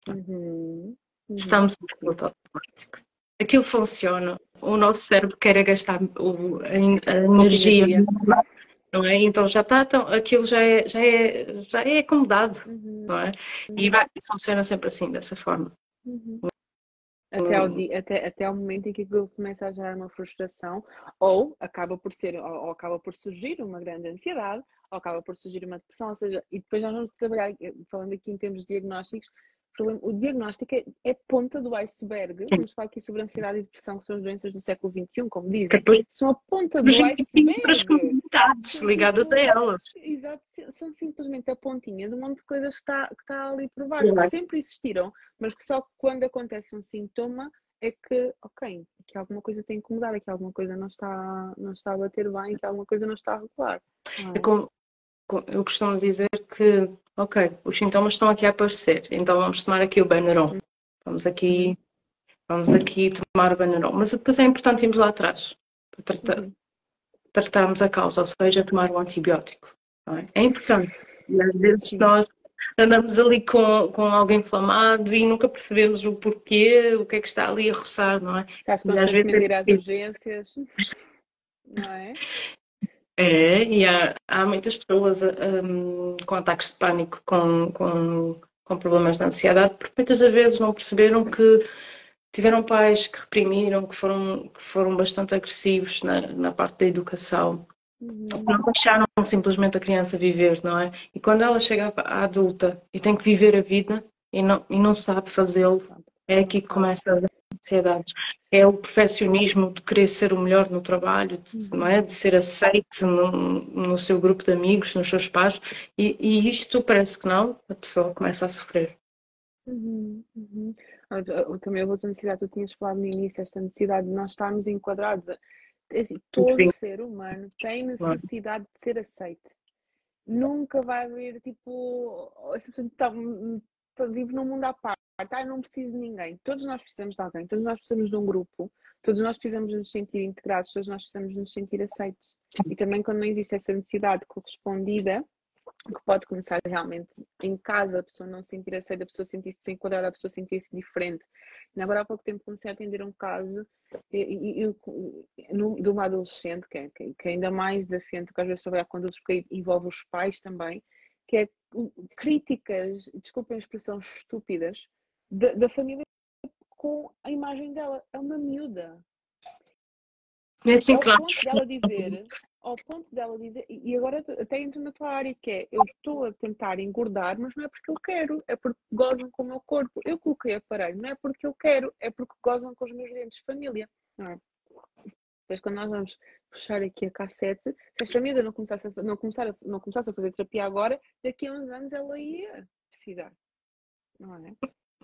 Uhum. Uhum. Estamos em piloto automático. Aquilo funciona. O nosso cérebro quer é gastar o, a, a energia, energia, não é? Então já está, então, aquilo já é, já é, já é acomodado, uhum. não é? E vai, funciona sempre assim, dessa forma. Uhum. Até ao, dia, até, até ao momento em que aquilo começa a gerar uma frustração, ou acaba por ser, ou, ou acaba por surgir uma grande ansiedade, ou acaba por surgir uma depressão, ou seja, e depois nós vamos trabalhar, falando aqui em termos diagnósticos, o diagnóstico é, é ponta do iceberg. Sim. Vamos falar aqui sobre ansiedade e depressão, que são as doenças do século vinte e um, como dizem. Depois, são a ponta do iceberg. comunidades São ligadas tipo, a elas. Exato, são simplesmente a pontinha de um monte de coisas que está, que está ali por baixo, que sempre existiram, mas que só quando acontece um sintoma é que, ok, aqui alguma coisa tem que mudar, aqui alguma coisa não está, não está a bater bem, aqui alguma coisa não está a regular. É como, eu costumo dizer que, ok, os sintomas estão aqui a aparecer, então vamos tomar aqui o Benuron. Vamos aqui, vamos aqui tomar o Benuron. Mas depois é importante irmos lá atrás, para tratar, uhum. tratarmos a causa, ou seja, tomar o antibiótico. Não é? É importante. E às vezes Sim. nós andamos ali com, com algo inflamado e nunca percebemos o porquê, o que é que está ali a roçar, não é? Estás constantemente a ir às urgências, não é? É, e há, há muitas pessoas um, com ataques de pânico, com, com, com problemas de ansiedade, porque muitas vezes não perceberam que tiveram pais que reprimiram, que foram, que foram bastante agressivos na, na parte da educação. Uhum. Não deixaram simplesmente a criança viver, não é? E quando ela chega à adulta e tem que viver a vida e não, e não sabe fazê-lo, é aqui que começa a ansiedades. É o perfeccionismo de querer ser o melhor no trabalho, de, não é? De ser aceite no, no seu grupo de amigos, nos seus pares, e, e isto parece que não, a pessoa começa a sofrer. Uhum, uhum. Eu, também houve outra necessidade, tu tinhas falado no início, esta necessidade de nós estarmos enquadrados. Assim, todo Sim. ser humano tem necessidade de ser aceite. Nunca vai haver, tipo, vive num mundo à parte, ah, não preciso de ninguém. Todos nós precisamos de alguém, todos nós precisamos de um grupo, todos nós precisamos de nos sentir integrados, todos nós precisamos de nos sentir aceitos. E também quando não existe essa necessidade correspondida, que pode começar realmente em casa, a pessoa não se sentir aceita, a pessoa sentir-se desenquadrada, a pessoa sentir-se diferente. E agora há pouco tempo comecei a atender um caso e, e, e, de uma adolescente, que é, que é ainda mais desafiante, porque às vezes trabalhar com adultos, porque envolve os pais também, que é críticas, desculpem a expressão, estúpidas, da, da família com a imagem dela. É uma miúda. É assim, ao claro. ponto dela dizer, ao ponto dela dizer, e agora até entro na tua área, que é, eu estou a tentar engordar, mas não é porque eu quero, é porque gozam com o meu corpo. Eu coloquei aparelho, não é porque eu quero, é porque gozam com os meus dentes de família. Não é? Depois quando nós vamos puxar aqui a cassete, se esta miúda não começasse a, não começar a, não começasse a fazer terapia agora, daqui a uns anos ela ia precisar. Não é?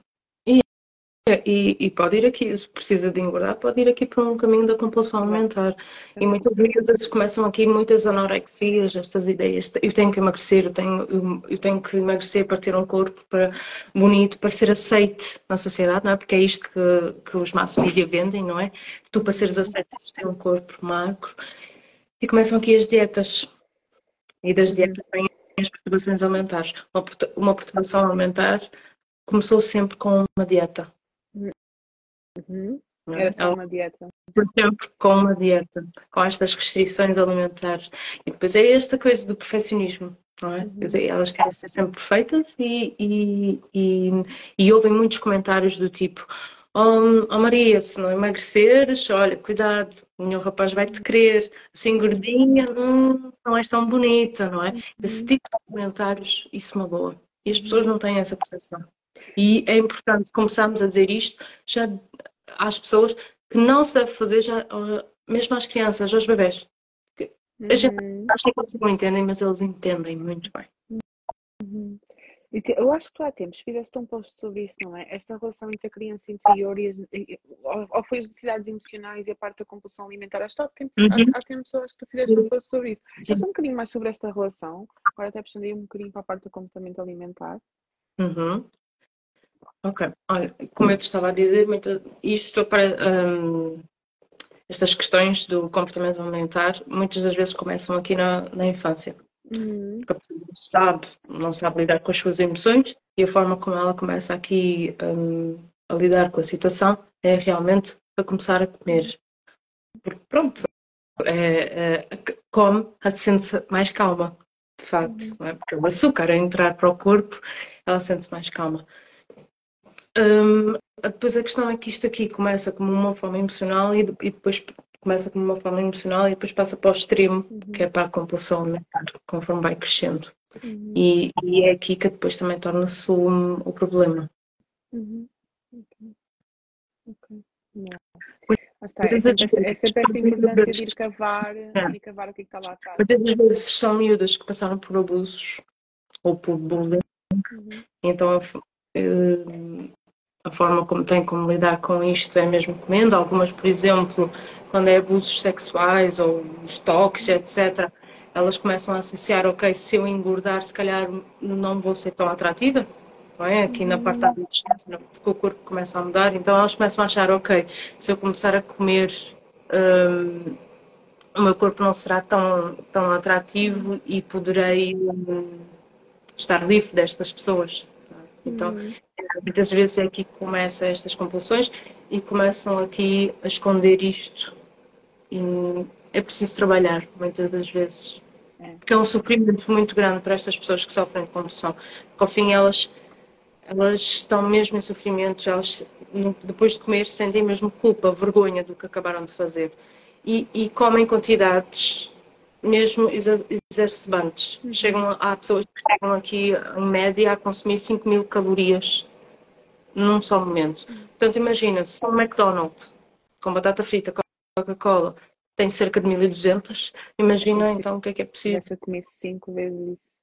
E, e pode ir aqui, se precisa de engordar, pode ir aqui para um caminho da compulsão alimentar. E muitas vezes começam aqui muitas anorexias, estas ideias. Eu tenho que emagrecer, eu tenho, eu, eu tenho que emagrecer para ter um corpo para, bonito, para ser aceite na sociedade, não é? Porque é isto que, que os mass media vendem, não é? Tu, para seres aceite, tens de ter um corpo magro. E começam aqui as dietas. E das dietas vêm as perturbações alimentares. Uma, uma perturbação alimentar começou sempre com uma dieta. Uhum. Era só uma dieta. Por tempo com uma dieta, com estas restrições alimentares. E depois é esta coisa do perfeccionismo, não é? Uhum. Quer dizer, elas querem ser sempre perfeitas e, e, e, e ouvem muitos comentários do tipo: Oh, oh Maria, se não emagreceres, olha, cuidado, o meu rapaz vai-te querer, assim gordinha, hum, não és tão bonita, não é? Uhum. Esse tipo de comentários, isso magoa. E as pessoas não têm essa percepção. E é importante começarmos a dizer isto já às pessoas que não se deve fazer, já, mesmo às crianças, aos bebés. A gente Uhum. acha que eles não entendem, mas eles entendem muito bem. Uhum. E te- Eu acho que tu há tempos fizeste um post sobre isso, não é? Esta relação entre a criança interior e, as, e- ou, ou foi as necessidades emocionais e a parte da compulsão alimentar. Acho que há tempos, há, Uhum. há tempos eu acho que tu fizeste um Sim, post sobre isso. É sim. só um bocadinho mais sobre esta relação. Agora até precisando ir um bocadinho para a parte do comportamento alimentar. Uhum. Ok. Olha, como eu te estava a dizer, muito, isto para hum, estas questões do comportamento alimentar, muitas das vezes começam aqui na, na infância. Uhum. Porque a pessoa não sabe, não sabe lidar com as suas emoções e a forma como ela começa aqui hum, a lidar com a situação é realmente a começar a comer. Porque pronto, é, é, come, a sente-se mais calma, de facto, Uhum. não é? Porque o açúcar a entrar para o corpo, ela sente-se mais calma. Hum, depois a questão é que isto aqui começa como uma forma emocional e, e depois começa como uma forma emocional e depois passa para o extremo, que é Uhum. para a compulsão alimentar, conforme vai crescendo. Uhum. E, e é aqui que depois também torna-se o, o problema. Uhum. Ok. Ok. Não. Lá está. É Muitas sempre das esta, é vezes, sempre esta muitas importância de vezes, ir cavar, é, de ir cavar o que é que está lá atrás. muitas das vezes são miúdas que passaram por abusos ou por bullying, Uhum. então eh, a forma como têm como lidar com isto é mesmo comendo. Algumas, por exemplo, quando é abusos sexuais ou os toques, etcétera, elas começam a associar, ok, se eu engordar, se calhar não vou ser tão atrativa, não é? Aqui na parte da Uhum. adolescência, porque o corpo começa a mudar, então elas começam a achar, ok, se eu começar a comer, hum, o meu corpo não será tão, tão atrativo e poderei hum, estar livre destas pessoas. Então, Uhum. muitas vezes é aqui que começam estas compulsões e começam aqui a esconder isto. E é preciso trabalhar, muitas das vezes. É. Porque é um sofrimento muito grande para estas pessoas que sofrem de compulsão. Porque, ao fim, elas, elas estão mesmo em sofrimento, elas, depois de comer, sentem mesmo culpa, vergonha do que acabaram de fazer. E, e comem quantidades mesmo exacerbantes. Uhum. Chegam, há pessoas que chegam aqui, em média, a consumir cinco mil calorias num só momento. Uhum. Portanto, imagina, se um McDonald's com batata frita, Coca-Cola, tem cerca de mil e duzentas, imagina Se então o que é que é preciso. tivesse a comer cinco vezes isso.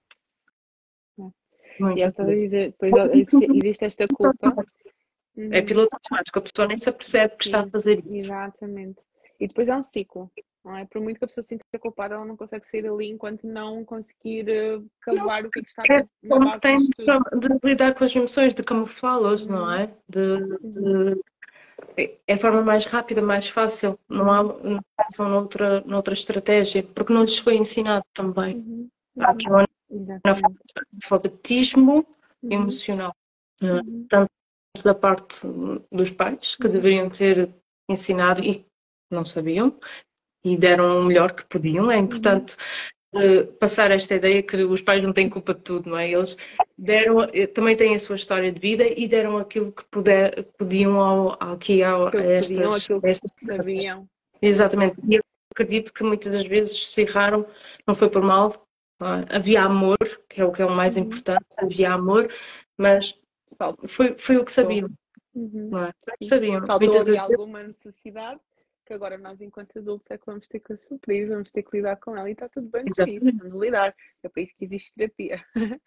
Né? E é o Muita que estás a coisa. dizer, depois existe, existe esta culpa. É Uhum. piloto automático, a pessoa nem se apercebe que está a Sim, fazer isso. exatamente. E depois é um ciclo, não é? Por muito que a pessoa se sinta culpada, ela não consegue sair dali enquanto não conseguir eh, cavar o que é que está É na como que base tem disto tudo. de, de lidar com as emoções, de camuflá-las, não Uhum. é? De, Uhum. de, é a forma mais rápida, mais fácil. Não há, Uhum. não pensam noutra, noutra estratégia, porque não lhes foi ensinado também. Uhum. Há aqui Uhum. um Exatamente. analfabetismo Uhum. emocional. Não é? Uhum. Tanto da parte dos pais, que Uhum. deveriam ter ensinado e não sabiam, e deram o melhor que podiam. É Uhum. importante uh, passar esta ideia que os pais não têm culpa de tudo, não é? Eles deram, também têm a sua história de vida e deram aquilo que puder, podiam ao, ao, aqui ao, a Aquilo que podiam, estas, aquilo a que estas crianças. sabiam. Exatamente. E eu acredito que muitas das vezes se erraram, não foi por mal, não é? Havia amor, que é o que é o mais Uhum. importante, havia amor, mas foi, foi o que Faltou. sabiam, Uhum. não é? Foi o que Sim. sabiam. Faltou Muitas ali das vezes, alguma necessidade que agora nós, enquanto adultos, é que vamos ter que suprir, vamos ter que lidar com ela e está tudo bem com isso, exatamente. vamos lidar. É para isso que existe terapia.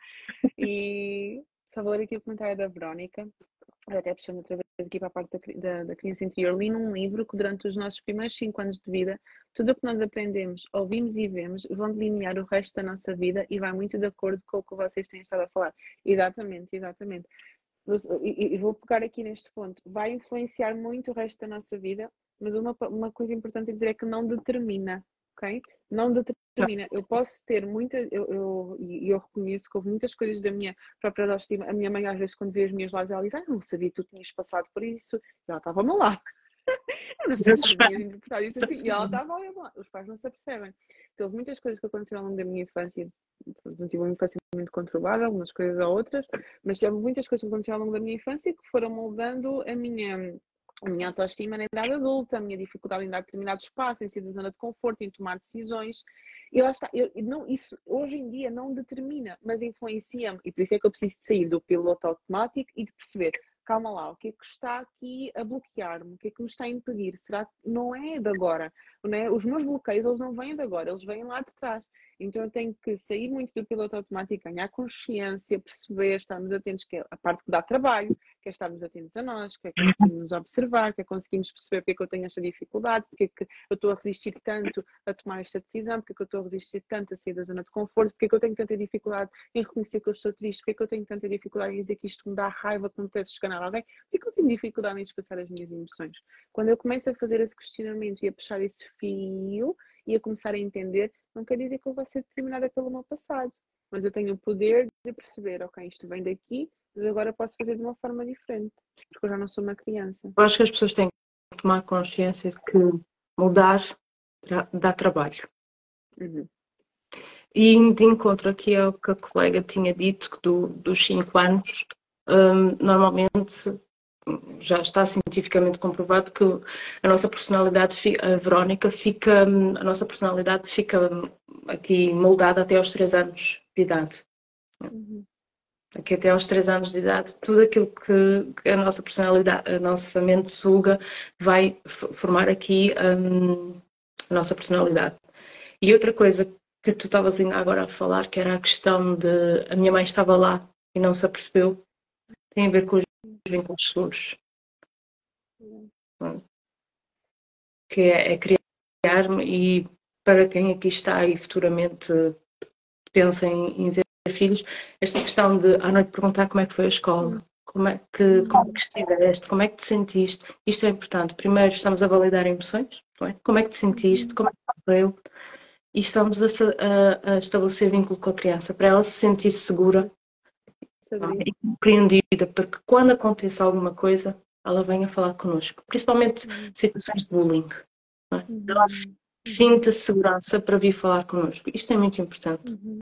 E só vou ler aqui o comentário da Verónica, até puxando outra vez aqui para a parte da, da, da criança interior. Li num livro que durante os nossos primeiros cinco anos de vida, tudo o que nós aprendemos, ouvimos e vemos vão delinear o resto da nossa vida e vai muito de acordo com o que vocês têm estado a falar. Exatamente, exatamente. E, e vou pegar aqui neste ponto. Vai influenciar muito o resto da nossa vida, mas uma, uma coisa importante a dizer é que não determina, ok? Não determina. Eu posso ter muita. Eu, eu, e eu reconheço que houve muitas coisas da minha própria autoestima. A minha mãe, às vezes, quando vê as minhas lives, ela diz: Ah, não sabia que tu tinhas passado por isso. E ela estava ao meu lado. Eu não sei se Esses tu pais tinhas interpretado isso se assim. E ela apercebem. estava ao meu lado. Os pais não se apercebem. Então, houve muitas coisas que aconteceram ao longo da minha infância. Não tive uma infância muito conturbada, umas coisas a outras, mas houve muitas coisas que aconteceram ao longo da minha infância que foram moldando a minha, a minha autoestima na idade adulta, a minha dificuldade em dar determinado espaço, em sair da zona de conforto, em tomar decisões. E lá está, eu, não, isso hoje em dia não determina, mas influencia-me. E por isso é que eu preciso de sair do piloto automático e de perceber, calma lá, o que é que está aqui a bloquear-me? O que é que me está a impedir? Será que não é de agora? Não é? Os meus bloqueios, eles não vêm de agora, eles vêm lá de trás. Então eu tenho que sair muito do piloto automático, ganhar consciência, perceber, estarmos atentos, que é a parte que dá trabalho, que é estarmos atentos a nós, que é conseguirmos nos observar, que é conseguirmos perceber porque é que eu tenho esta dificuldade, porque é que eu estou a resistir tanto a tomar esta decisão, porque é que eu estou a resistir tanto a sair da zona de conforto, porque é que eu tenho tanta dificuldade em reconhecer que eu estou triste, porque é que eu tenho tanta dificuldade em dizer que isto me dá raiva, que me apetece esganar alguém, porque é que eu tenho dificuldade em expressar as minhas emoções. Quando eu começo a fazer esse questionamento e a puxar esse fio e a começar a entender, não quer dizer que eu vou ser determinada pelo meu passado, mas eu tenho o poder de perceber, ok, isto vem daqui, mas agora posso fazer de uma forma diferente, porque eu já não sou uma criança. Eu acho que as pessoas têm que tomar consciência de que mudar tra- dá trabalho. Uhum. E indo de encontro aqui ao que a colega tinha dito, que do, dos cinco anos, hum, normalmente já está cientificamente comprovado que a nossa personalidade, a Verónica, fica, a nossa personalidade fica aqui moldada até aos três anos de idade. Uhum. Aqui até aos três anos de idade, tudo aquilo que, que a nossa personalidade, a nossa mente suga, vai formar aqui hum, a nossa personalidade. E outra coisa que tu estavas ainda agora a falar, que era a questão de a minha mãe estava lá e não se apercebeu, tem a ver com os vínculos seguros. Hum. Que é, é criar-me, e para quem aqui está e futuramente pensa em, em ter filhos, esta questão de à noite perguntar como é que foi a escola, como é que, como é que estiveste, como é que te sentiste, isto é importante. Primeiro estamos a validar emoções, não é? Como é que te sentiste, como é que correu, e estamos a, a, a estabelecer vínculo com a criança, para ela se sentir segura, é? E compreendida, porque quando aconteça alguma coisa, ela venha falar connosco, principalmente Uhum. situações de bullying. Não é? Uhum. Ela sinta segurança para vir falar connosco. Isto é muito importante. Uhum.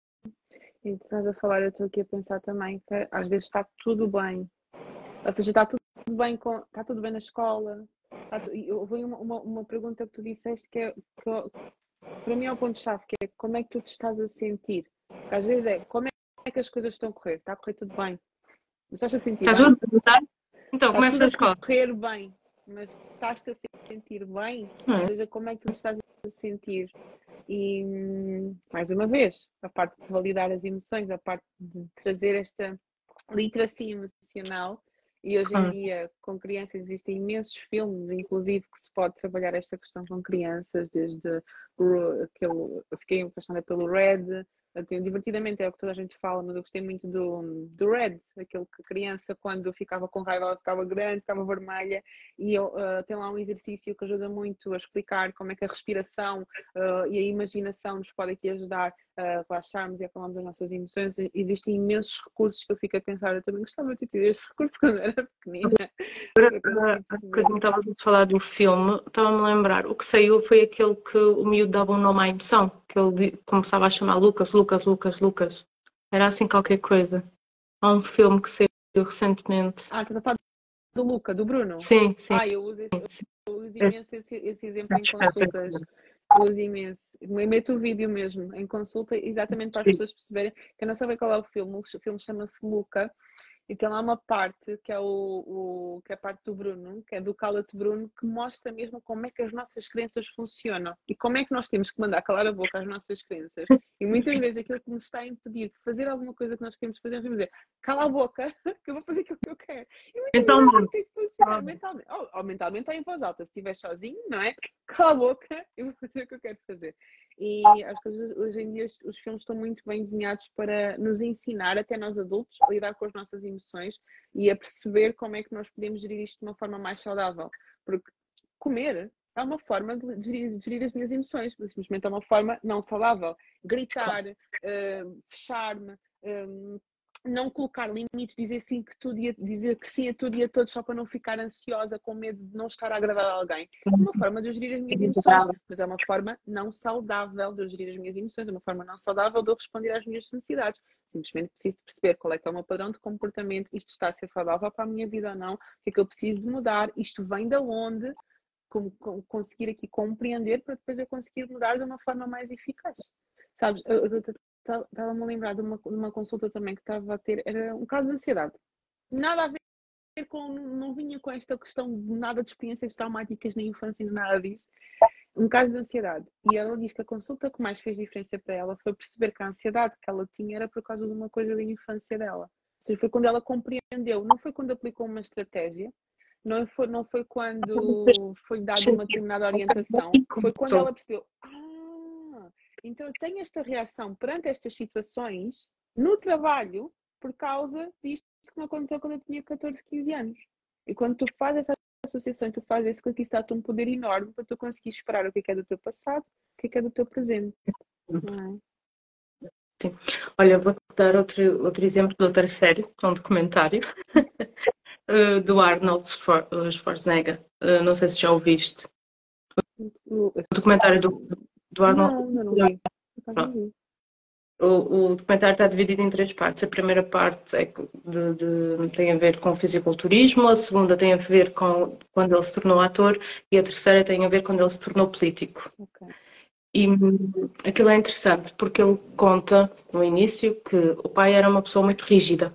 E tu estás a falar, eu estou aqui a pensar também que às vezes está tudo bem. Ou seja, está tudo bem, com, está tudo bem na escola. Está, eu vou uma, uma, uma pergunta que tu disseste que, é, que para mim é o ponto-chave, que é como é que tu te estás a sentir? Porque às vezes é como é que as coisas estão a correr? Está a correr tudo bem? Mas estás a sentir Está bem? tudo a perguntar? Então, Está como é que tudo foi a a escola? correr bem, mas estás-te a sentir bem? Ou É. seja, como é que tu te estás a sentir? E, mais uma vez, a parte de validar as emoções, a parte de trazer esta literacia emocional. E hoje em Ah. dia, com crianças, existem imensos filmes, inclusive, que se pode trabalhar esta questão com crianças, desde o, aquele, eu fiquei apaixonada pelo Red, assim, divertidamente é o que toda a gente fala, mas eu gostei muito do, do Red, aquele que a criança, quando ficava com raiva, ela ficava grande, ficava vermelha, e eu, uh, tem lá um exercício que ajuda muito a explicar como é que a respiração uh, e a imaginação nos pode aqui ajudar a relaxarmos e a acalmarmos as nossas emoções. Existem imensos recursos que eu fico a pensar, eu também gostava de ter tido este recurso quando era pequenina, para conseguir perceber. Quando estavas a falar do filme, estava-me a lembrar, o que saiu foi aquele que o miúdo dava um nome à emoção, que ele começava a chamar Lucas, Lucas, Lucas, Lucas. Era assim qualquer coisa. Há um filme que saiu recentemente. Ah, estás a falar do Luca, do Bruno? Sim, sim. Ah, eu uso, esse, eu uso Esse, imenso esse, esse exemplo em consultas. Eu uso imenso. Meto o vídeo mesmo em consulta, exatamente para as pessoas perceberem que eu não sei qual é o filme. O filme chama-se Luca. E tem lá uma parte que é, o, o, que é a parte do Bruno, que é do Cala-te Bruno, que mostra mesmo como é que as nossas crenças funcionam e como é que nós temos que mandar calar a boca às nossas crenças. E muitas vezes aquilo que nos está a impedir de fazer alguma coisa que nós queremos fazer, nós temos dizer, cala a boca, que eu vou fazer aquilo que eu quero. E muitas então, vezes é assim que isso funciona, mentalmente. Ou, ou mentalmente ou em voz alta, se estiver sozinho, não é? Cala a boca, eu vou fazer o que eu quero fazer. E acho que hoje em dia os filmes estão muito bem desenhados para nos ensinar, até nós adultos, a lidar com as nossas emoções e a perceber como é que nós podemos gerir isto de uma forma mais saudável. Porque comer é uma forma de gerir, de gerir as minhas emoções, mas simplesmente é uma forma não saudável. Gritar, uh, fechar-me, um, não colocar limites, dizer sim que tudo ia, dizer que sim a tudo e a todos só para não ficar ansiosa com medo de não estar a agradar a alguém. É uma forma de eu gerir as minhas emoções, mas é uma forma não saudável de eu gerir as minhas emoções, é uma forma não saudável de eu responder às minhas necessidades. Simplesmente preciso de perceber qual é que é o meu padrão de comportamento, isto está a ser saudável para a minha vida ou não, o que é que eu preciso de mudar, isto vem de onde, com, com, conseguir aqui compreender para depois eu conseguir mudar de uma forma mais eficaz. Sabes, eu estava-me a lembrar de uma, de uma consulta também que estava a ter, era um caso de ansiedade. Nada a ver com, não vinha com esta questão de nada de experiências traumáticas na infância, nem nada disso. Um caso de ansiedade. E ela diz que a consulta que mais fez diferença para ela foi perceber que a ansiedade que ela tinha era por causa de uma coisa da infância dela. Ou seja, foi quando ela compreendeu, não foi quando aplicou uma estratégia, não foi, não foi quando foi dada uma determinada orientação, foi quando ela percebeu, ah, então eu tenho esta reação perante estas situações no trabalho por causa disto que me aconteceu quando eu tinha catorze, quinze anos. E quando tu fazes essa associação, tu fazes esse clique, está-te um poder enorme para tu conseguir esperar o que é, que é do teu passado, o que é, que é do teu presente. Não é? Sim. Olha, vou-te dar outro, outro exemplo de outra série, um documentário, do Arnold Schwarzenegger. Não sei se já ouviste. O documentário do, do Arnold. Não, não, não vi. Não vi. O, o documentário está dividido em três partes. A primeira parte é de, de, tem a ver com o fisiculturismo, a segunda tem a ver com quando ele se tornou ator e a terceira tem a ver quando ele se tornou político. Okay. E aquilo é interessante porque ele conta no início que o pai era uma pessoa muito rígida.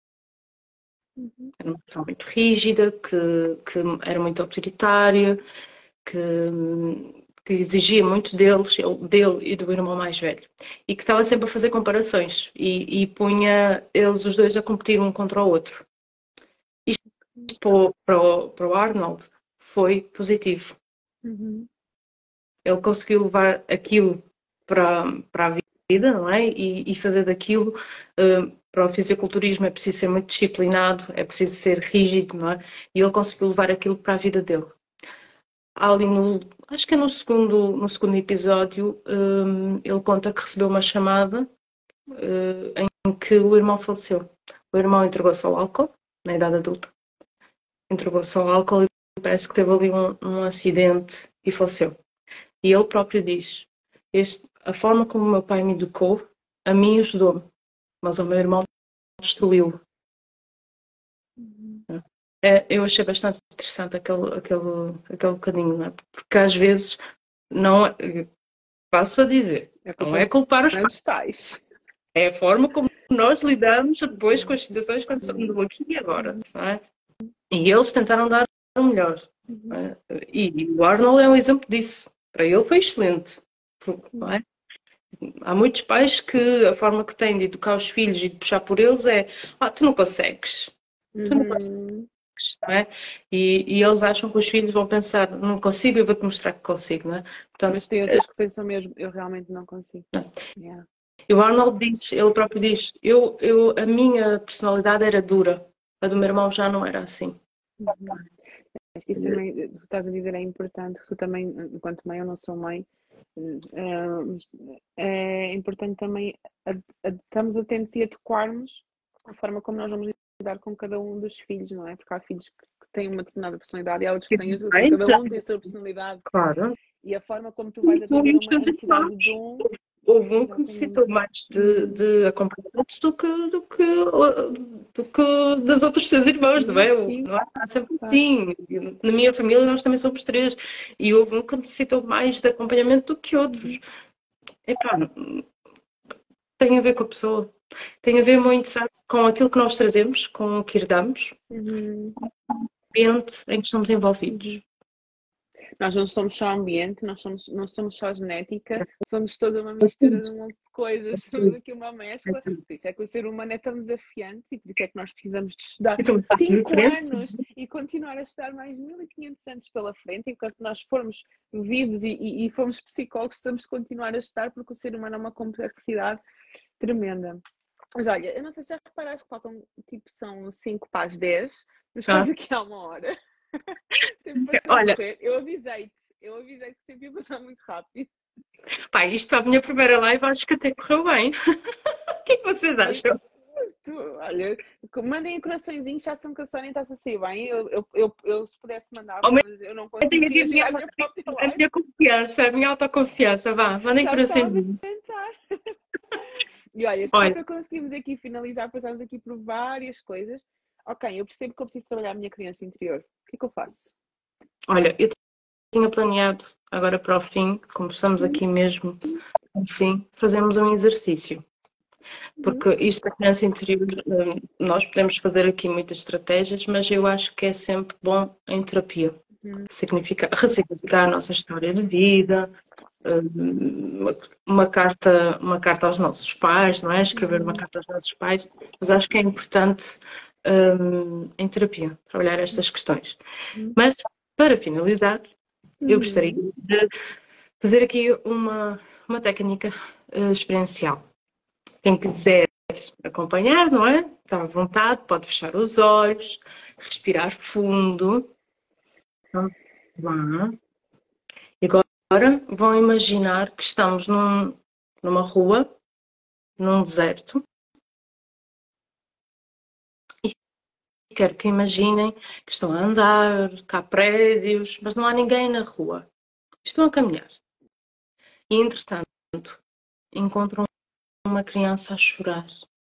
Uhum. Era uma pessoa muito rígida, que, que era muito autoritária, que que exigia muito deles, dele e do irmão mais velho. E que estava sempre a fazer comparações e, e punha eles os dois a competir um contra o outro. Isto para o, para o Arnold foi positivo. Uhum. Ele conseguiu levar aquilo para, para a vida, não é? E, e fazer daquilo, uh, para o fisiculturismo é preciso ser muito disciplinado, é preciso ser rígido, não é? E ele conseguiu levar aquilo para a vida dele. Ali no, acho que é no segundo, no segundo episódio, um, ele conta que recebeu uma chamada uh, em que o irmão faleceu. O irmão entregou-se ao álcool, na idade adulta. Entregou-se ao álcool e parece que teve ali um, um acidente e faleceu. E ele próprio diz, este, a forma como o meu pai me educou, a mim ajudou-me, mas ao meu irmão destruiu-o. Uhum. É, eu achei bastante interessante aquele, aquele, aquele bocadinho, não é? Porque às vezes não é, passo a dizer, É não é culpar os pais. pais. É a forma como nós lidamos depois com as situações quando estamos no aqui e agora, não é? E eles tentaram dar o melhor. Não é? E, e o Arnold é um exemplo disso. Para ele foi excelente, não é? Há muitos pais que a forma que têm de educar os filhos e de puxar por eles é ah, tu não consegues, tu não consegues. Não é? e, e eles acham que os filhos vão pensar não consigo, eu vou-te mostrar que consigo, não é? Portanto, mas tem outros que pensam mesmo, eu realmente não consigo. Não. Yeah. E o Arnold diz, ele próprio diz, eu, eu, a minha personalidade era dura, a do meu irmão já não era assim. Uhum. Acho que isso também, tu estás a dizer, é importante, tu também, enquanto mãe, eu não sou mãe, é importante também estarmos atentos e adequarmos a forma como nós vamos lidar com cada um dos filhos, não é? Porque há filhos que têm uma determinada personalidade e há outros que têm outra, assim, cada um tem a sua personalidade. Claro. E a forma como tu vais atender uma necessidade de um... Houve um que necessitou mais de, de acompanhamento do que, do, que, do que das outras seus irmãos, não é? Sim. Não é sempre assim. Na minha família nós também somos três e houve um que necessitou mais de acompanhamento do que outros. Epá, tem a ver com a pessoa. Tem a ver muito, sabe, com aquilo que nós trazemos, com o que herdamos, uhum. com o ambiente em que estamos envolvidos. Uhum. Nós não somos só ambiente, nós somos, não somos só genética, somos toda uma mistura de um monte de coisas, somos aqui uma mescla. Por isso é que o ser humano é tão desafiante e por isso é que nós precisamos de estudar cinco anos e continuar a estudar mais mil e quinhentos anos pela frente, enquanto nós formos vivos e, e, e formos psicólogos, precisamos de continuar a estudar porque o ser humano é uma complexidade tremenda. Mas olha, eu não sei se já reparaste que faltam, tipo, são cinco para as dez, mas quase aqui há uma hora. Olha, eu avisei-te, eu avisei que o tempo ia passar muito rápido. Pai, isto para a minha primeira live acho que até correu bem. O que é que vocês acham? Tu, olha, mandem coraçõezinhos, já são que a Sónia está a sair bem. Eu, eu, eu, eu se pudesse mandar, oh, mas eu não consigo. A minha, a, minha, a minha confiança, a minha autoconfiança, vá, mandem coraçõezinhos. E olha, só para conseguirmos aqui finalizar, passamos aqui por várias coisas. Ok, eu percebo que eu preciso trabalhar a minha criança interior. O que é que eu faço? Olha, eu tinha planeado agora para o fim, como estamos aqui mesmo no fim, fazemos um exercício. Porque isto da criança interior, nós podemos fazer aqui muitas estratégias, mas eu acho que é sempre bom em terapia. Significa, ressignificar a nossa história de vida, uma, uma, carta, uma carta aos nossos pais, não é? Escrever uma carta aos nossos pais, mas acho que é importante um, em terapia trabalhar estas questões. Mas, para finalizar, eu gostaria de fazer aqui uma, uma técnica uh, experiencial. Quem quiser acompanhar, não é? Está à vontade, pode fechar os olhos, respirar fundo. Vamos lá. E agora vão imaginar que estamos num, numa rua, num deserto. E quero que imaginem que estão a andar, que há prédios, mas não há ninguém na rua. Estão a caminhar. E, entretanto, encontram uma criança a chorar.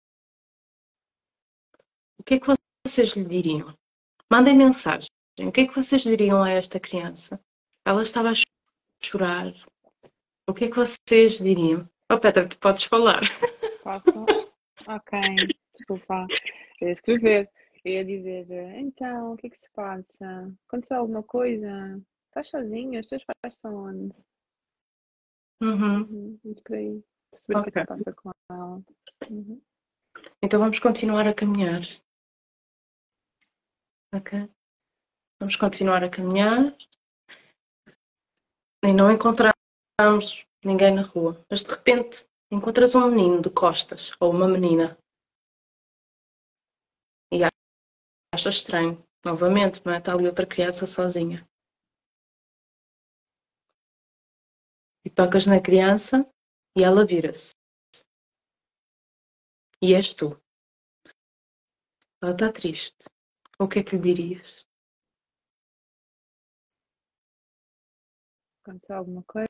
O que é que vocês lhe diriam? Mandem mensagem. O que é que vocês diriam a esta criança? Ela estava a chorar. O que é que vocês diriam? Oh, Petra, tu podes falar. Posso? Ok, desculpa. Eu ia escrever. Eu ia dizer, então, o que é que se passa? Aconteceu alguma coisa? Estás sozinho? Os teus pais estão onde? Uhum. Uhum, muito por aí. Perceber okay. O que é que se passa com ela. Uhum. Então vamos continuar a caminhar. Ok? Vamos continuar a caminhar. E não encontramos ninguém na rua. Mas de repente encontras um menino de costas ou uma menina. E achas estranho. Novamente, não é? Está ali outra criança sozinha. E tocas na criança e ela vira-se. E és tu. Ela está triste. O que é que lhe dirias? Aconteceu alguma coisa?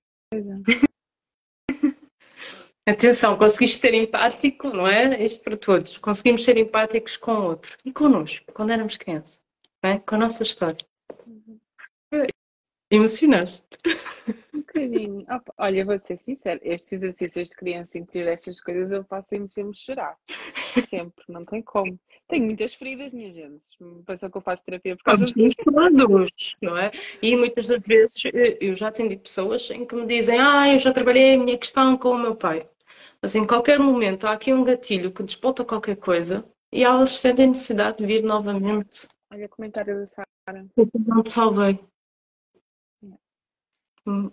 Atenção, conseguiste ser empático, não é? Isto para todos. Conseguimos ser empáticos com o outro. E connosco, quando éramos crianças. Não é? Com a nossa história. Uhum. Emocionaste. Um bocadinho. Opa, olha, vou ser sincera, estes exercícios de criança interior, estas coisas eu faço sempre sempre chorar. Sempre, não tem como. Tenho muitas feridas, minha gente. Pensam que eu faço terapia por causa disso. Todos, não é? E muitas das vezes eu já atendi pessoas em que me dizem: Ah, eu já trabalhei a minha questão com o meu pai. Mas em qualquer momento há aqui um gatilho que desponta qualquer coisa e elas sentem necessidade de vir novamente. Olha, comentário da Sara. Eu não te salvei. Yeah. Hum.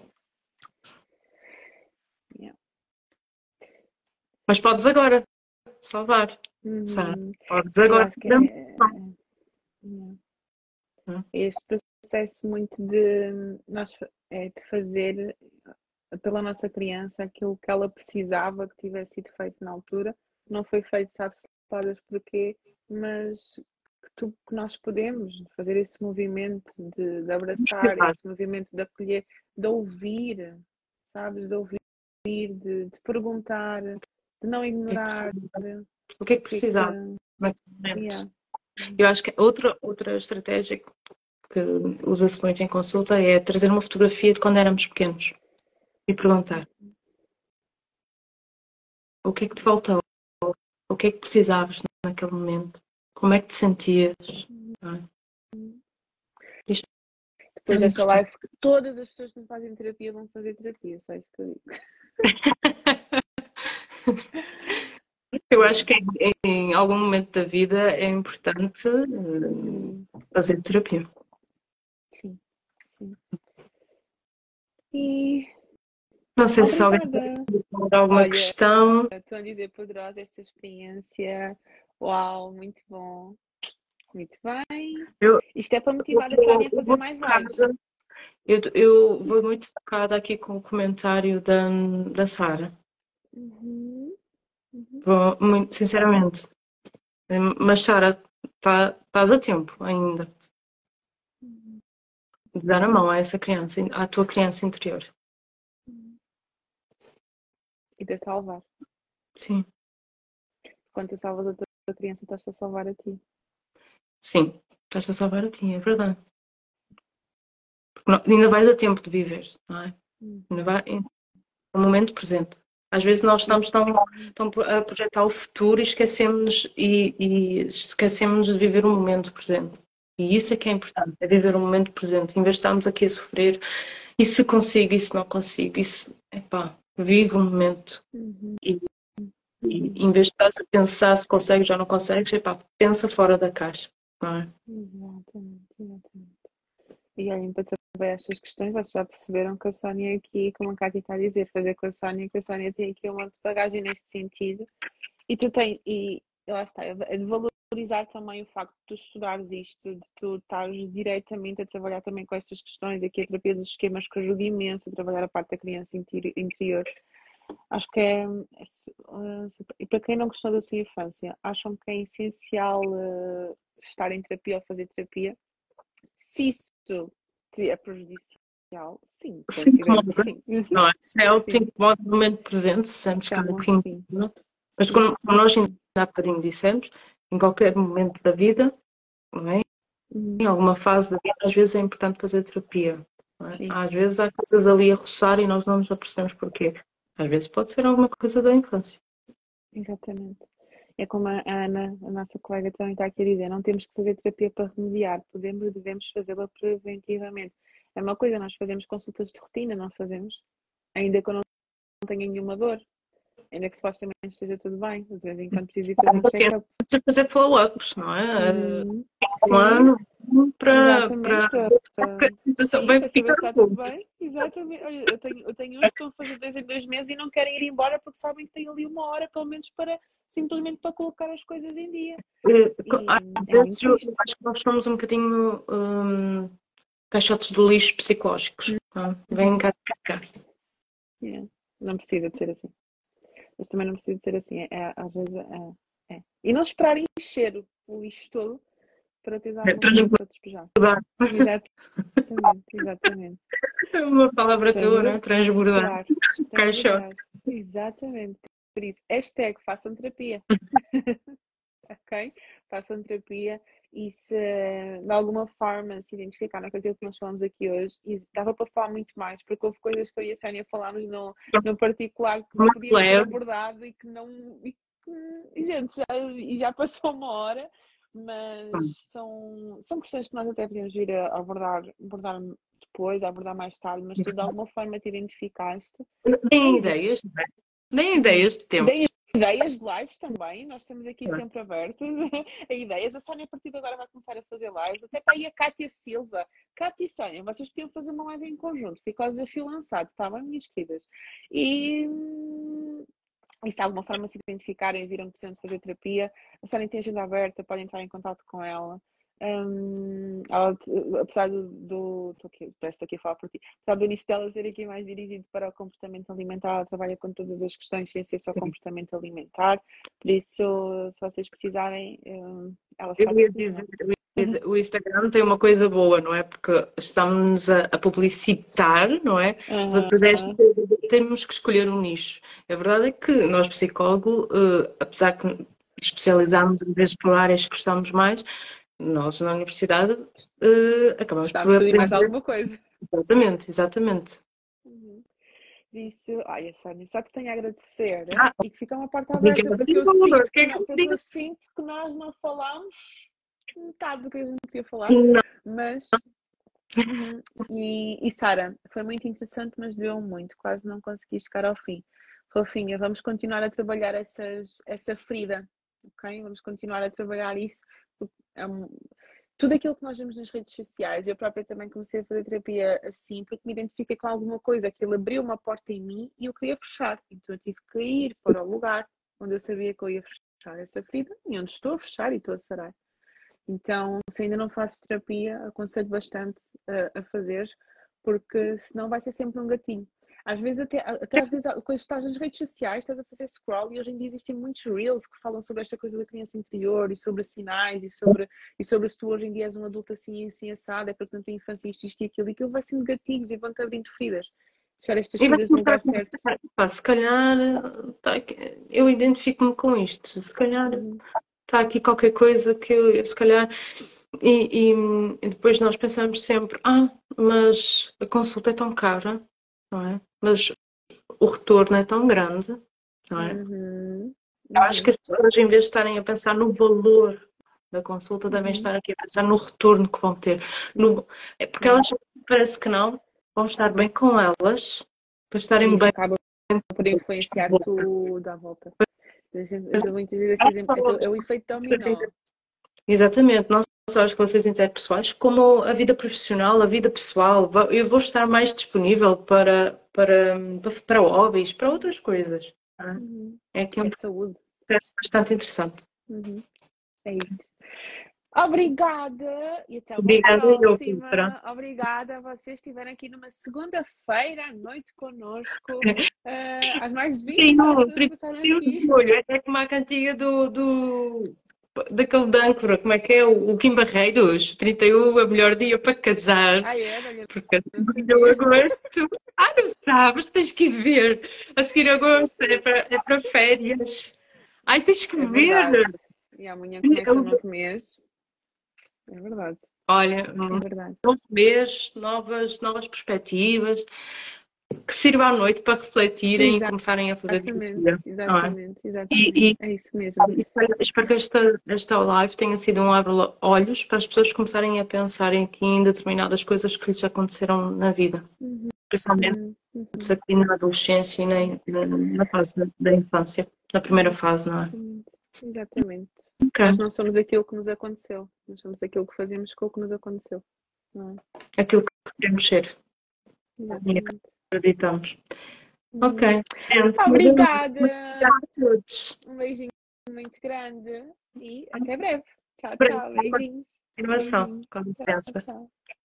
Yeah. Mas podes agora salvar. Uhum. Sara, podes agora. Eu acho que é... Yeah. Hum. Este processo muito de nós é de fazer pela nossa criança aquilo que ela precisava que tivesse sido feito na altura. Não foi feito, sabe-se porquê, mas que, tu, que nós podemos fazer esse movimento de, de abraçar, esse movimento de acolher, de ouvir, sabes? De ouvir, de, de perguntar, de não ignorar. O que é que precisava? Que... Yeah. Eu acho que outra, outra estratégia que usa-se muito em consulta é trazer uma fotografia de quando éramos pequenos e perguntar: o que é que te faltou? O que é que precisavas naquele momento? Como é que te sentias? Isto Depois desta live, todas as pessoas que não fazem terapia vão fazer terapia, só isso que eu digo. Eu acho que em, em algum momento da vida é importante fazer terapia. Sim, sim. E... Não sei se alguém tem alguma Olha, questão. Estou a dizer, poderosa esta experiência. Uau, muito bom. Muito bem. Eu, Isto é para motivar a Sónia a fazer mais lives. Eu, eu vou muito tocada aqui com o comentário da, da Sara. Uhum. Uhum. Vou, muito sinceramente. Mas, Sara, tá, estás a tempo ainda Uhum. de dar a mão a essa criança, à tua criança interior. Uhum. E de salvar. Sim. Quando tu salvas a tua criança, estás a salvar a ti. Sim, estás a salvar a ti, é verdade. Não, ainda vais a tempo de viver, não é? Hum. Ainda vai, no momento presente. Às vezes nós estamos tão, tão a projetar o futuro e esquecemos, e, e esquecemos de viver o momento presente. E isso é que é importante, é viver o momento presente, em vez de estarmos aqui a sofrer, e se consigo, e se não consigo, isso, epá, vive o momento. Uhum. E, e em vez de estar a pensar se consegues ou não consegues, epá, pensa fora da caixa, não é? Exatamente, exatamente. E olhem, para trabalhar estas questões, vocês já perceberam que a Sónia aqui, como a Cátia está a dizer, fazer com a Sónia, que a Sónia tem aqui um monte de bagagem neste sentido. E tu tens, e lá está, é de valorizar também o facto de tu estudares isto, de tu estares diretamente a trabalhar também com estas questões, aqui a terapia dos esquemas que ajuda imenso a trabalhar a parte da criança interior. Acho que é, é super. E para quem não gostou da sua infância, acham que é essencial uh, estar em terapia ou fazer terapia? Se isso te é prejudicial, sim, considero que sim. Não é? Se é o que te incomoda no momento presente, se sentes que é um fim. Mas como, como nós ainda há bocadinho dissemos, em qualquer momento da vida, não é? Em alguma fase da vida, às vezes é importante fazer terapia. Não é? Às vezes há coisas ali a roçar e nós não nos apercebemos porquê. Às vezes pode ser alguma coisa da infância. Exatamente. É como a Ana, a nossa colega, também está aqui a dizer, não temos que fazer terapia para remediar, podemos e devemos fazê-la preventivamente. É uma coisa, nós fazemos consultas de rotina, não fazemos? Ainda que eu não tenha nenhuma dor, ainda que supostamente esteja tudo bem, de vez em quando preciso ir fazer um check-up. Precisa fazer follow-ups, não é? Hum, um ano para, para, para, para, a situação sim, vai para ficar saber se está tudo bem. Exatamente. Olha, eu tenho, eu tenho uns que estão a fazer dois em dois meses e não querem ir embora porque sabem que têm ali uma hora, pelo menos, para simplesmente para colocar as coisas em dia. E, às vezes eu acho que nós somos um bocadinho um, caixotes do lixo psicológicos. Não? Vem cá ficar. Yeah. Não precisa de ser assim. Mas também não precisa de ser assim. É, é, às vezes é, é. E não esperar encher o lixo todo para ter alguma coisa para despejar. Exatamente, exatamente. Uma palavra tua, não é? Transbordar. Transbordar. Exatamente. Por isso, hashtag façam terapia. Ok? Façam terapia e se de alguma forma se identificaram com aquilo que nós falamos aqui hoje, e dava para falar muito mais, porque houve coisas que eu e a Sónia falámos no, no particular que não podia ser abordado e que não. E que, gente, já, e já passou uma hora, mas são, são questões que nós até podemos vir a abordar, abordar depois, a abordar mais tarde, mas tu de alguma forma te identificaste. Deem ideias, deem ideias de tempo. Ideias de lives também, nós estamos aqui sempre abertos a ideias. A Sónia a partir de agora vai começar a fazer lives, até está aí a Cátia Silva. Cátia e Sónia, vocês podiam fazer uma live em conjunto, ficou o desafio lançado, está bem, minhas queridas? E, e se de alguma forma se identificarem e viram que precisam de fazer terapia, a Sónia tem agenda aberta, podem entrar em contato com ela. Um, ela, apesar do, do estou aqui, parece que estou aqui a falar por ti, apesar do início dela ser aqui mais dirigido para o comportamento alimentar, ela trabalha com todas as questões sem ser só comportamento alimentar, por isso se vocês precisarem um, ela está eu ia dizer, o Instagram tem uma coisa boa, não é? Porque estamos a, a publicitar, não é? Mas uhum. desta coisa temos que escolher um nicho. A verdade é que nós psicólogos, uh, apesar que especializarmos em vezes por áreas que gostamos mais, nós na universidade uh, acabamos Estamos por aprender mais alguma coisa. Exatamente, exatamente. Uhum. Isso, olha, Sónia, só que tenho a agradecer ah, e que fica uma porta aberta porque eu, sinto que, não, porque eu sinto que nós não falámos metade do que a gente queria falar, não. mas uhum. e, e Sara, foi muito interessante, mas doeu muito, quase não consegui chegar ao fim. Fofinha, vamos continuar a trabalhar essas, essa ferida, ok? Vamos continuar a trabalhar isso. É um, tudo aquilo que nós vemos nas redes sociais, eu própria também comecei a fazer terapia assim, porque me identifiquei com alguma coisa, aquilo abriu uma porta em mim e eu queria fechar, então eu tive que ir para o lugar onde eu sabia que eu ia fechar essa ferida e onde estou a fechar e estou a sarar. Então, se ainda não fazes terapia, aconselho bastante a, a fazer, porque senão vai ser sempre um gatilho. Às vezes, até, até às vezes, quando estás nas redes sociais, estás a fazer scroll e hoje em dia existem muitos reels que falam sobre esta coisa da criança interior e sobre sinais e sobre, e sobre se tu hoje em dia és um adulto assim, assim assado, é porque na tua infância isto, isto e aquilo, e aquilo vai sendo gatilhos e vão-te abrindo feridas. Deixar estas feridas no lugar certo. Pá, se calhar, tá, eu identifico-me com isto, se calhar uhum. está aqui qualquer coisa que eu, eu se calhar... E, e, e depois nós pensamos sempre, ah, mas a consulta é tão cara, não é? Mas o retorno é tão grande, não é? Uhum. Eu acho que Uhum. as pessoas, em vez de estarem a pensar no valor da consulta, devem Uhum. estar aqui a pensar no retorno que vão ter. No... É porque Uhum. elas, parece que não, vão estar bem com elas, para E estarem isso bem acaba por com outros à influenciar volta. tudo à volta. Eu sempre- eu dou muitas vezes Não este só exemplo, aquele- é as o efeito relações dominó. inter- Exatamente, não só as relações interpessoais, como a vida profissional, a vida pessoal. Va- Eu vou estar mais disponível para, para, para, para hobbies, para outras coisas. Não é? Uhum. É aqui um É saúde. processo bastante interessante. Uhum. É isso. Obrigada e até uma Obrigada, eu, Petra. próxima. Obrigada a vocês que estiveram aqui numa segunda-feira à noite connosco. Eh, às mais de vinte e tal trinta e um, pessoas que passaram trinta e um de aqui. julho, é como a cantiga do, do, daquele de âncora, como é que é? O, o Kim Barreiros, trinta e um, é o melhor dia para casar, Ah, é? Olha, porque não eu sabia. agosto. Ah, não sabes, tens que ver. A seguir agosto é Eu para, sei. é para férias. Ai, tens que É ver. verdade. E amanhã começa um novo mês. É verdade. Olha, É um verdade. novo mês, novas, novas perspectivas, que sirva à noite para refletirem e começarem a fazer Exatamente, terapia, não é? exatamente, exatamente. E, É isso mesmo. Espero espero que esta, esta live tenha sido um abre-olhos para as pessoas começarem a pensarem aqui em determinadas coisas que lhes aconteceram na vida, Uhum, principalmente uhum, uhum. aqui na adolescência e na, na fase da, da infância, na primeira fase, não é? Exatamente. Exatamente. Ok. Nós não somos aquilo que nos aconteceu. Nós somos aquilo que fazemos com o que nos aconteceu. Não é? Aquilo que queremos ser e Exatamente. acreditamos. Ok, Uhum. gente, mas eu não- muito Obrigada. obrigada a todos. Um beijinho muito grande e até breve. Tchau, Para tchau. a Beijinhos. continuação. Beijinhos. Com Tchau, licença. tchau.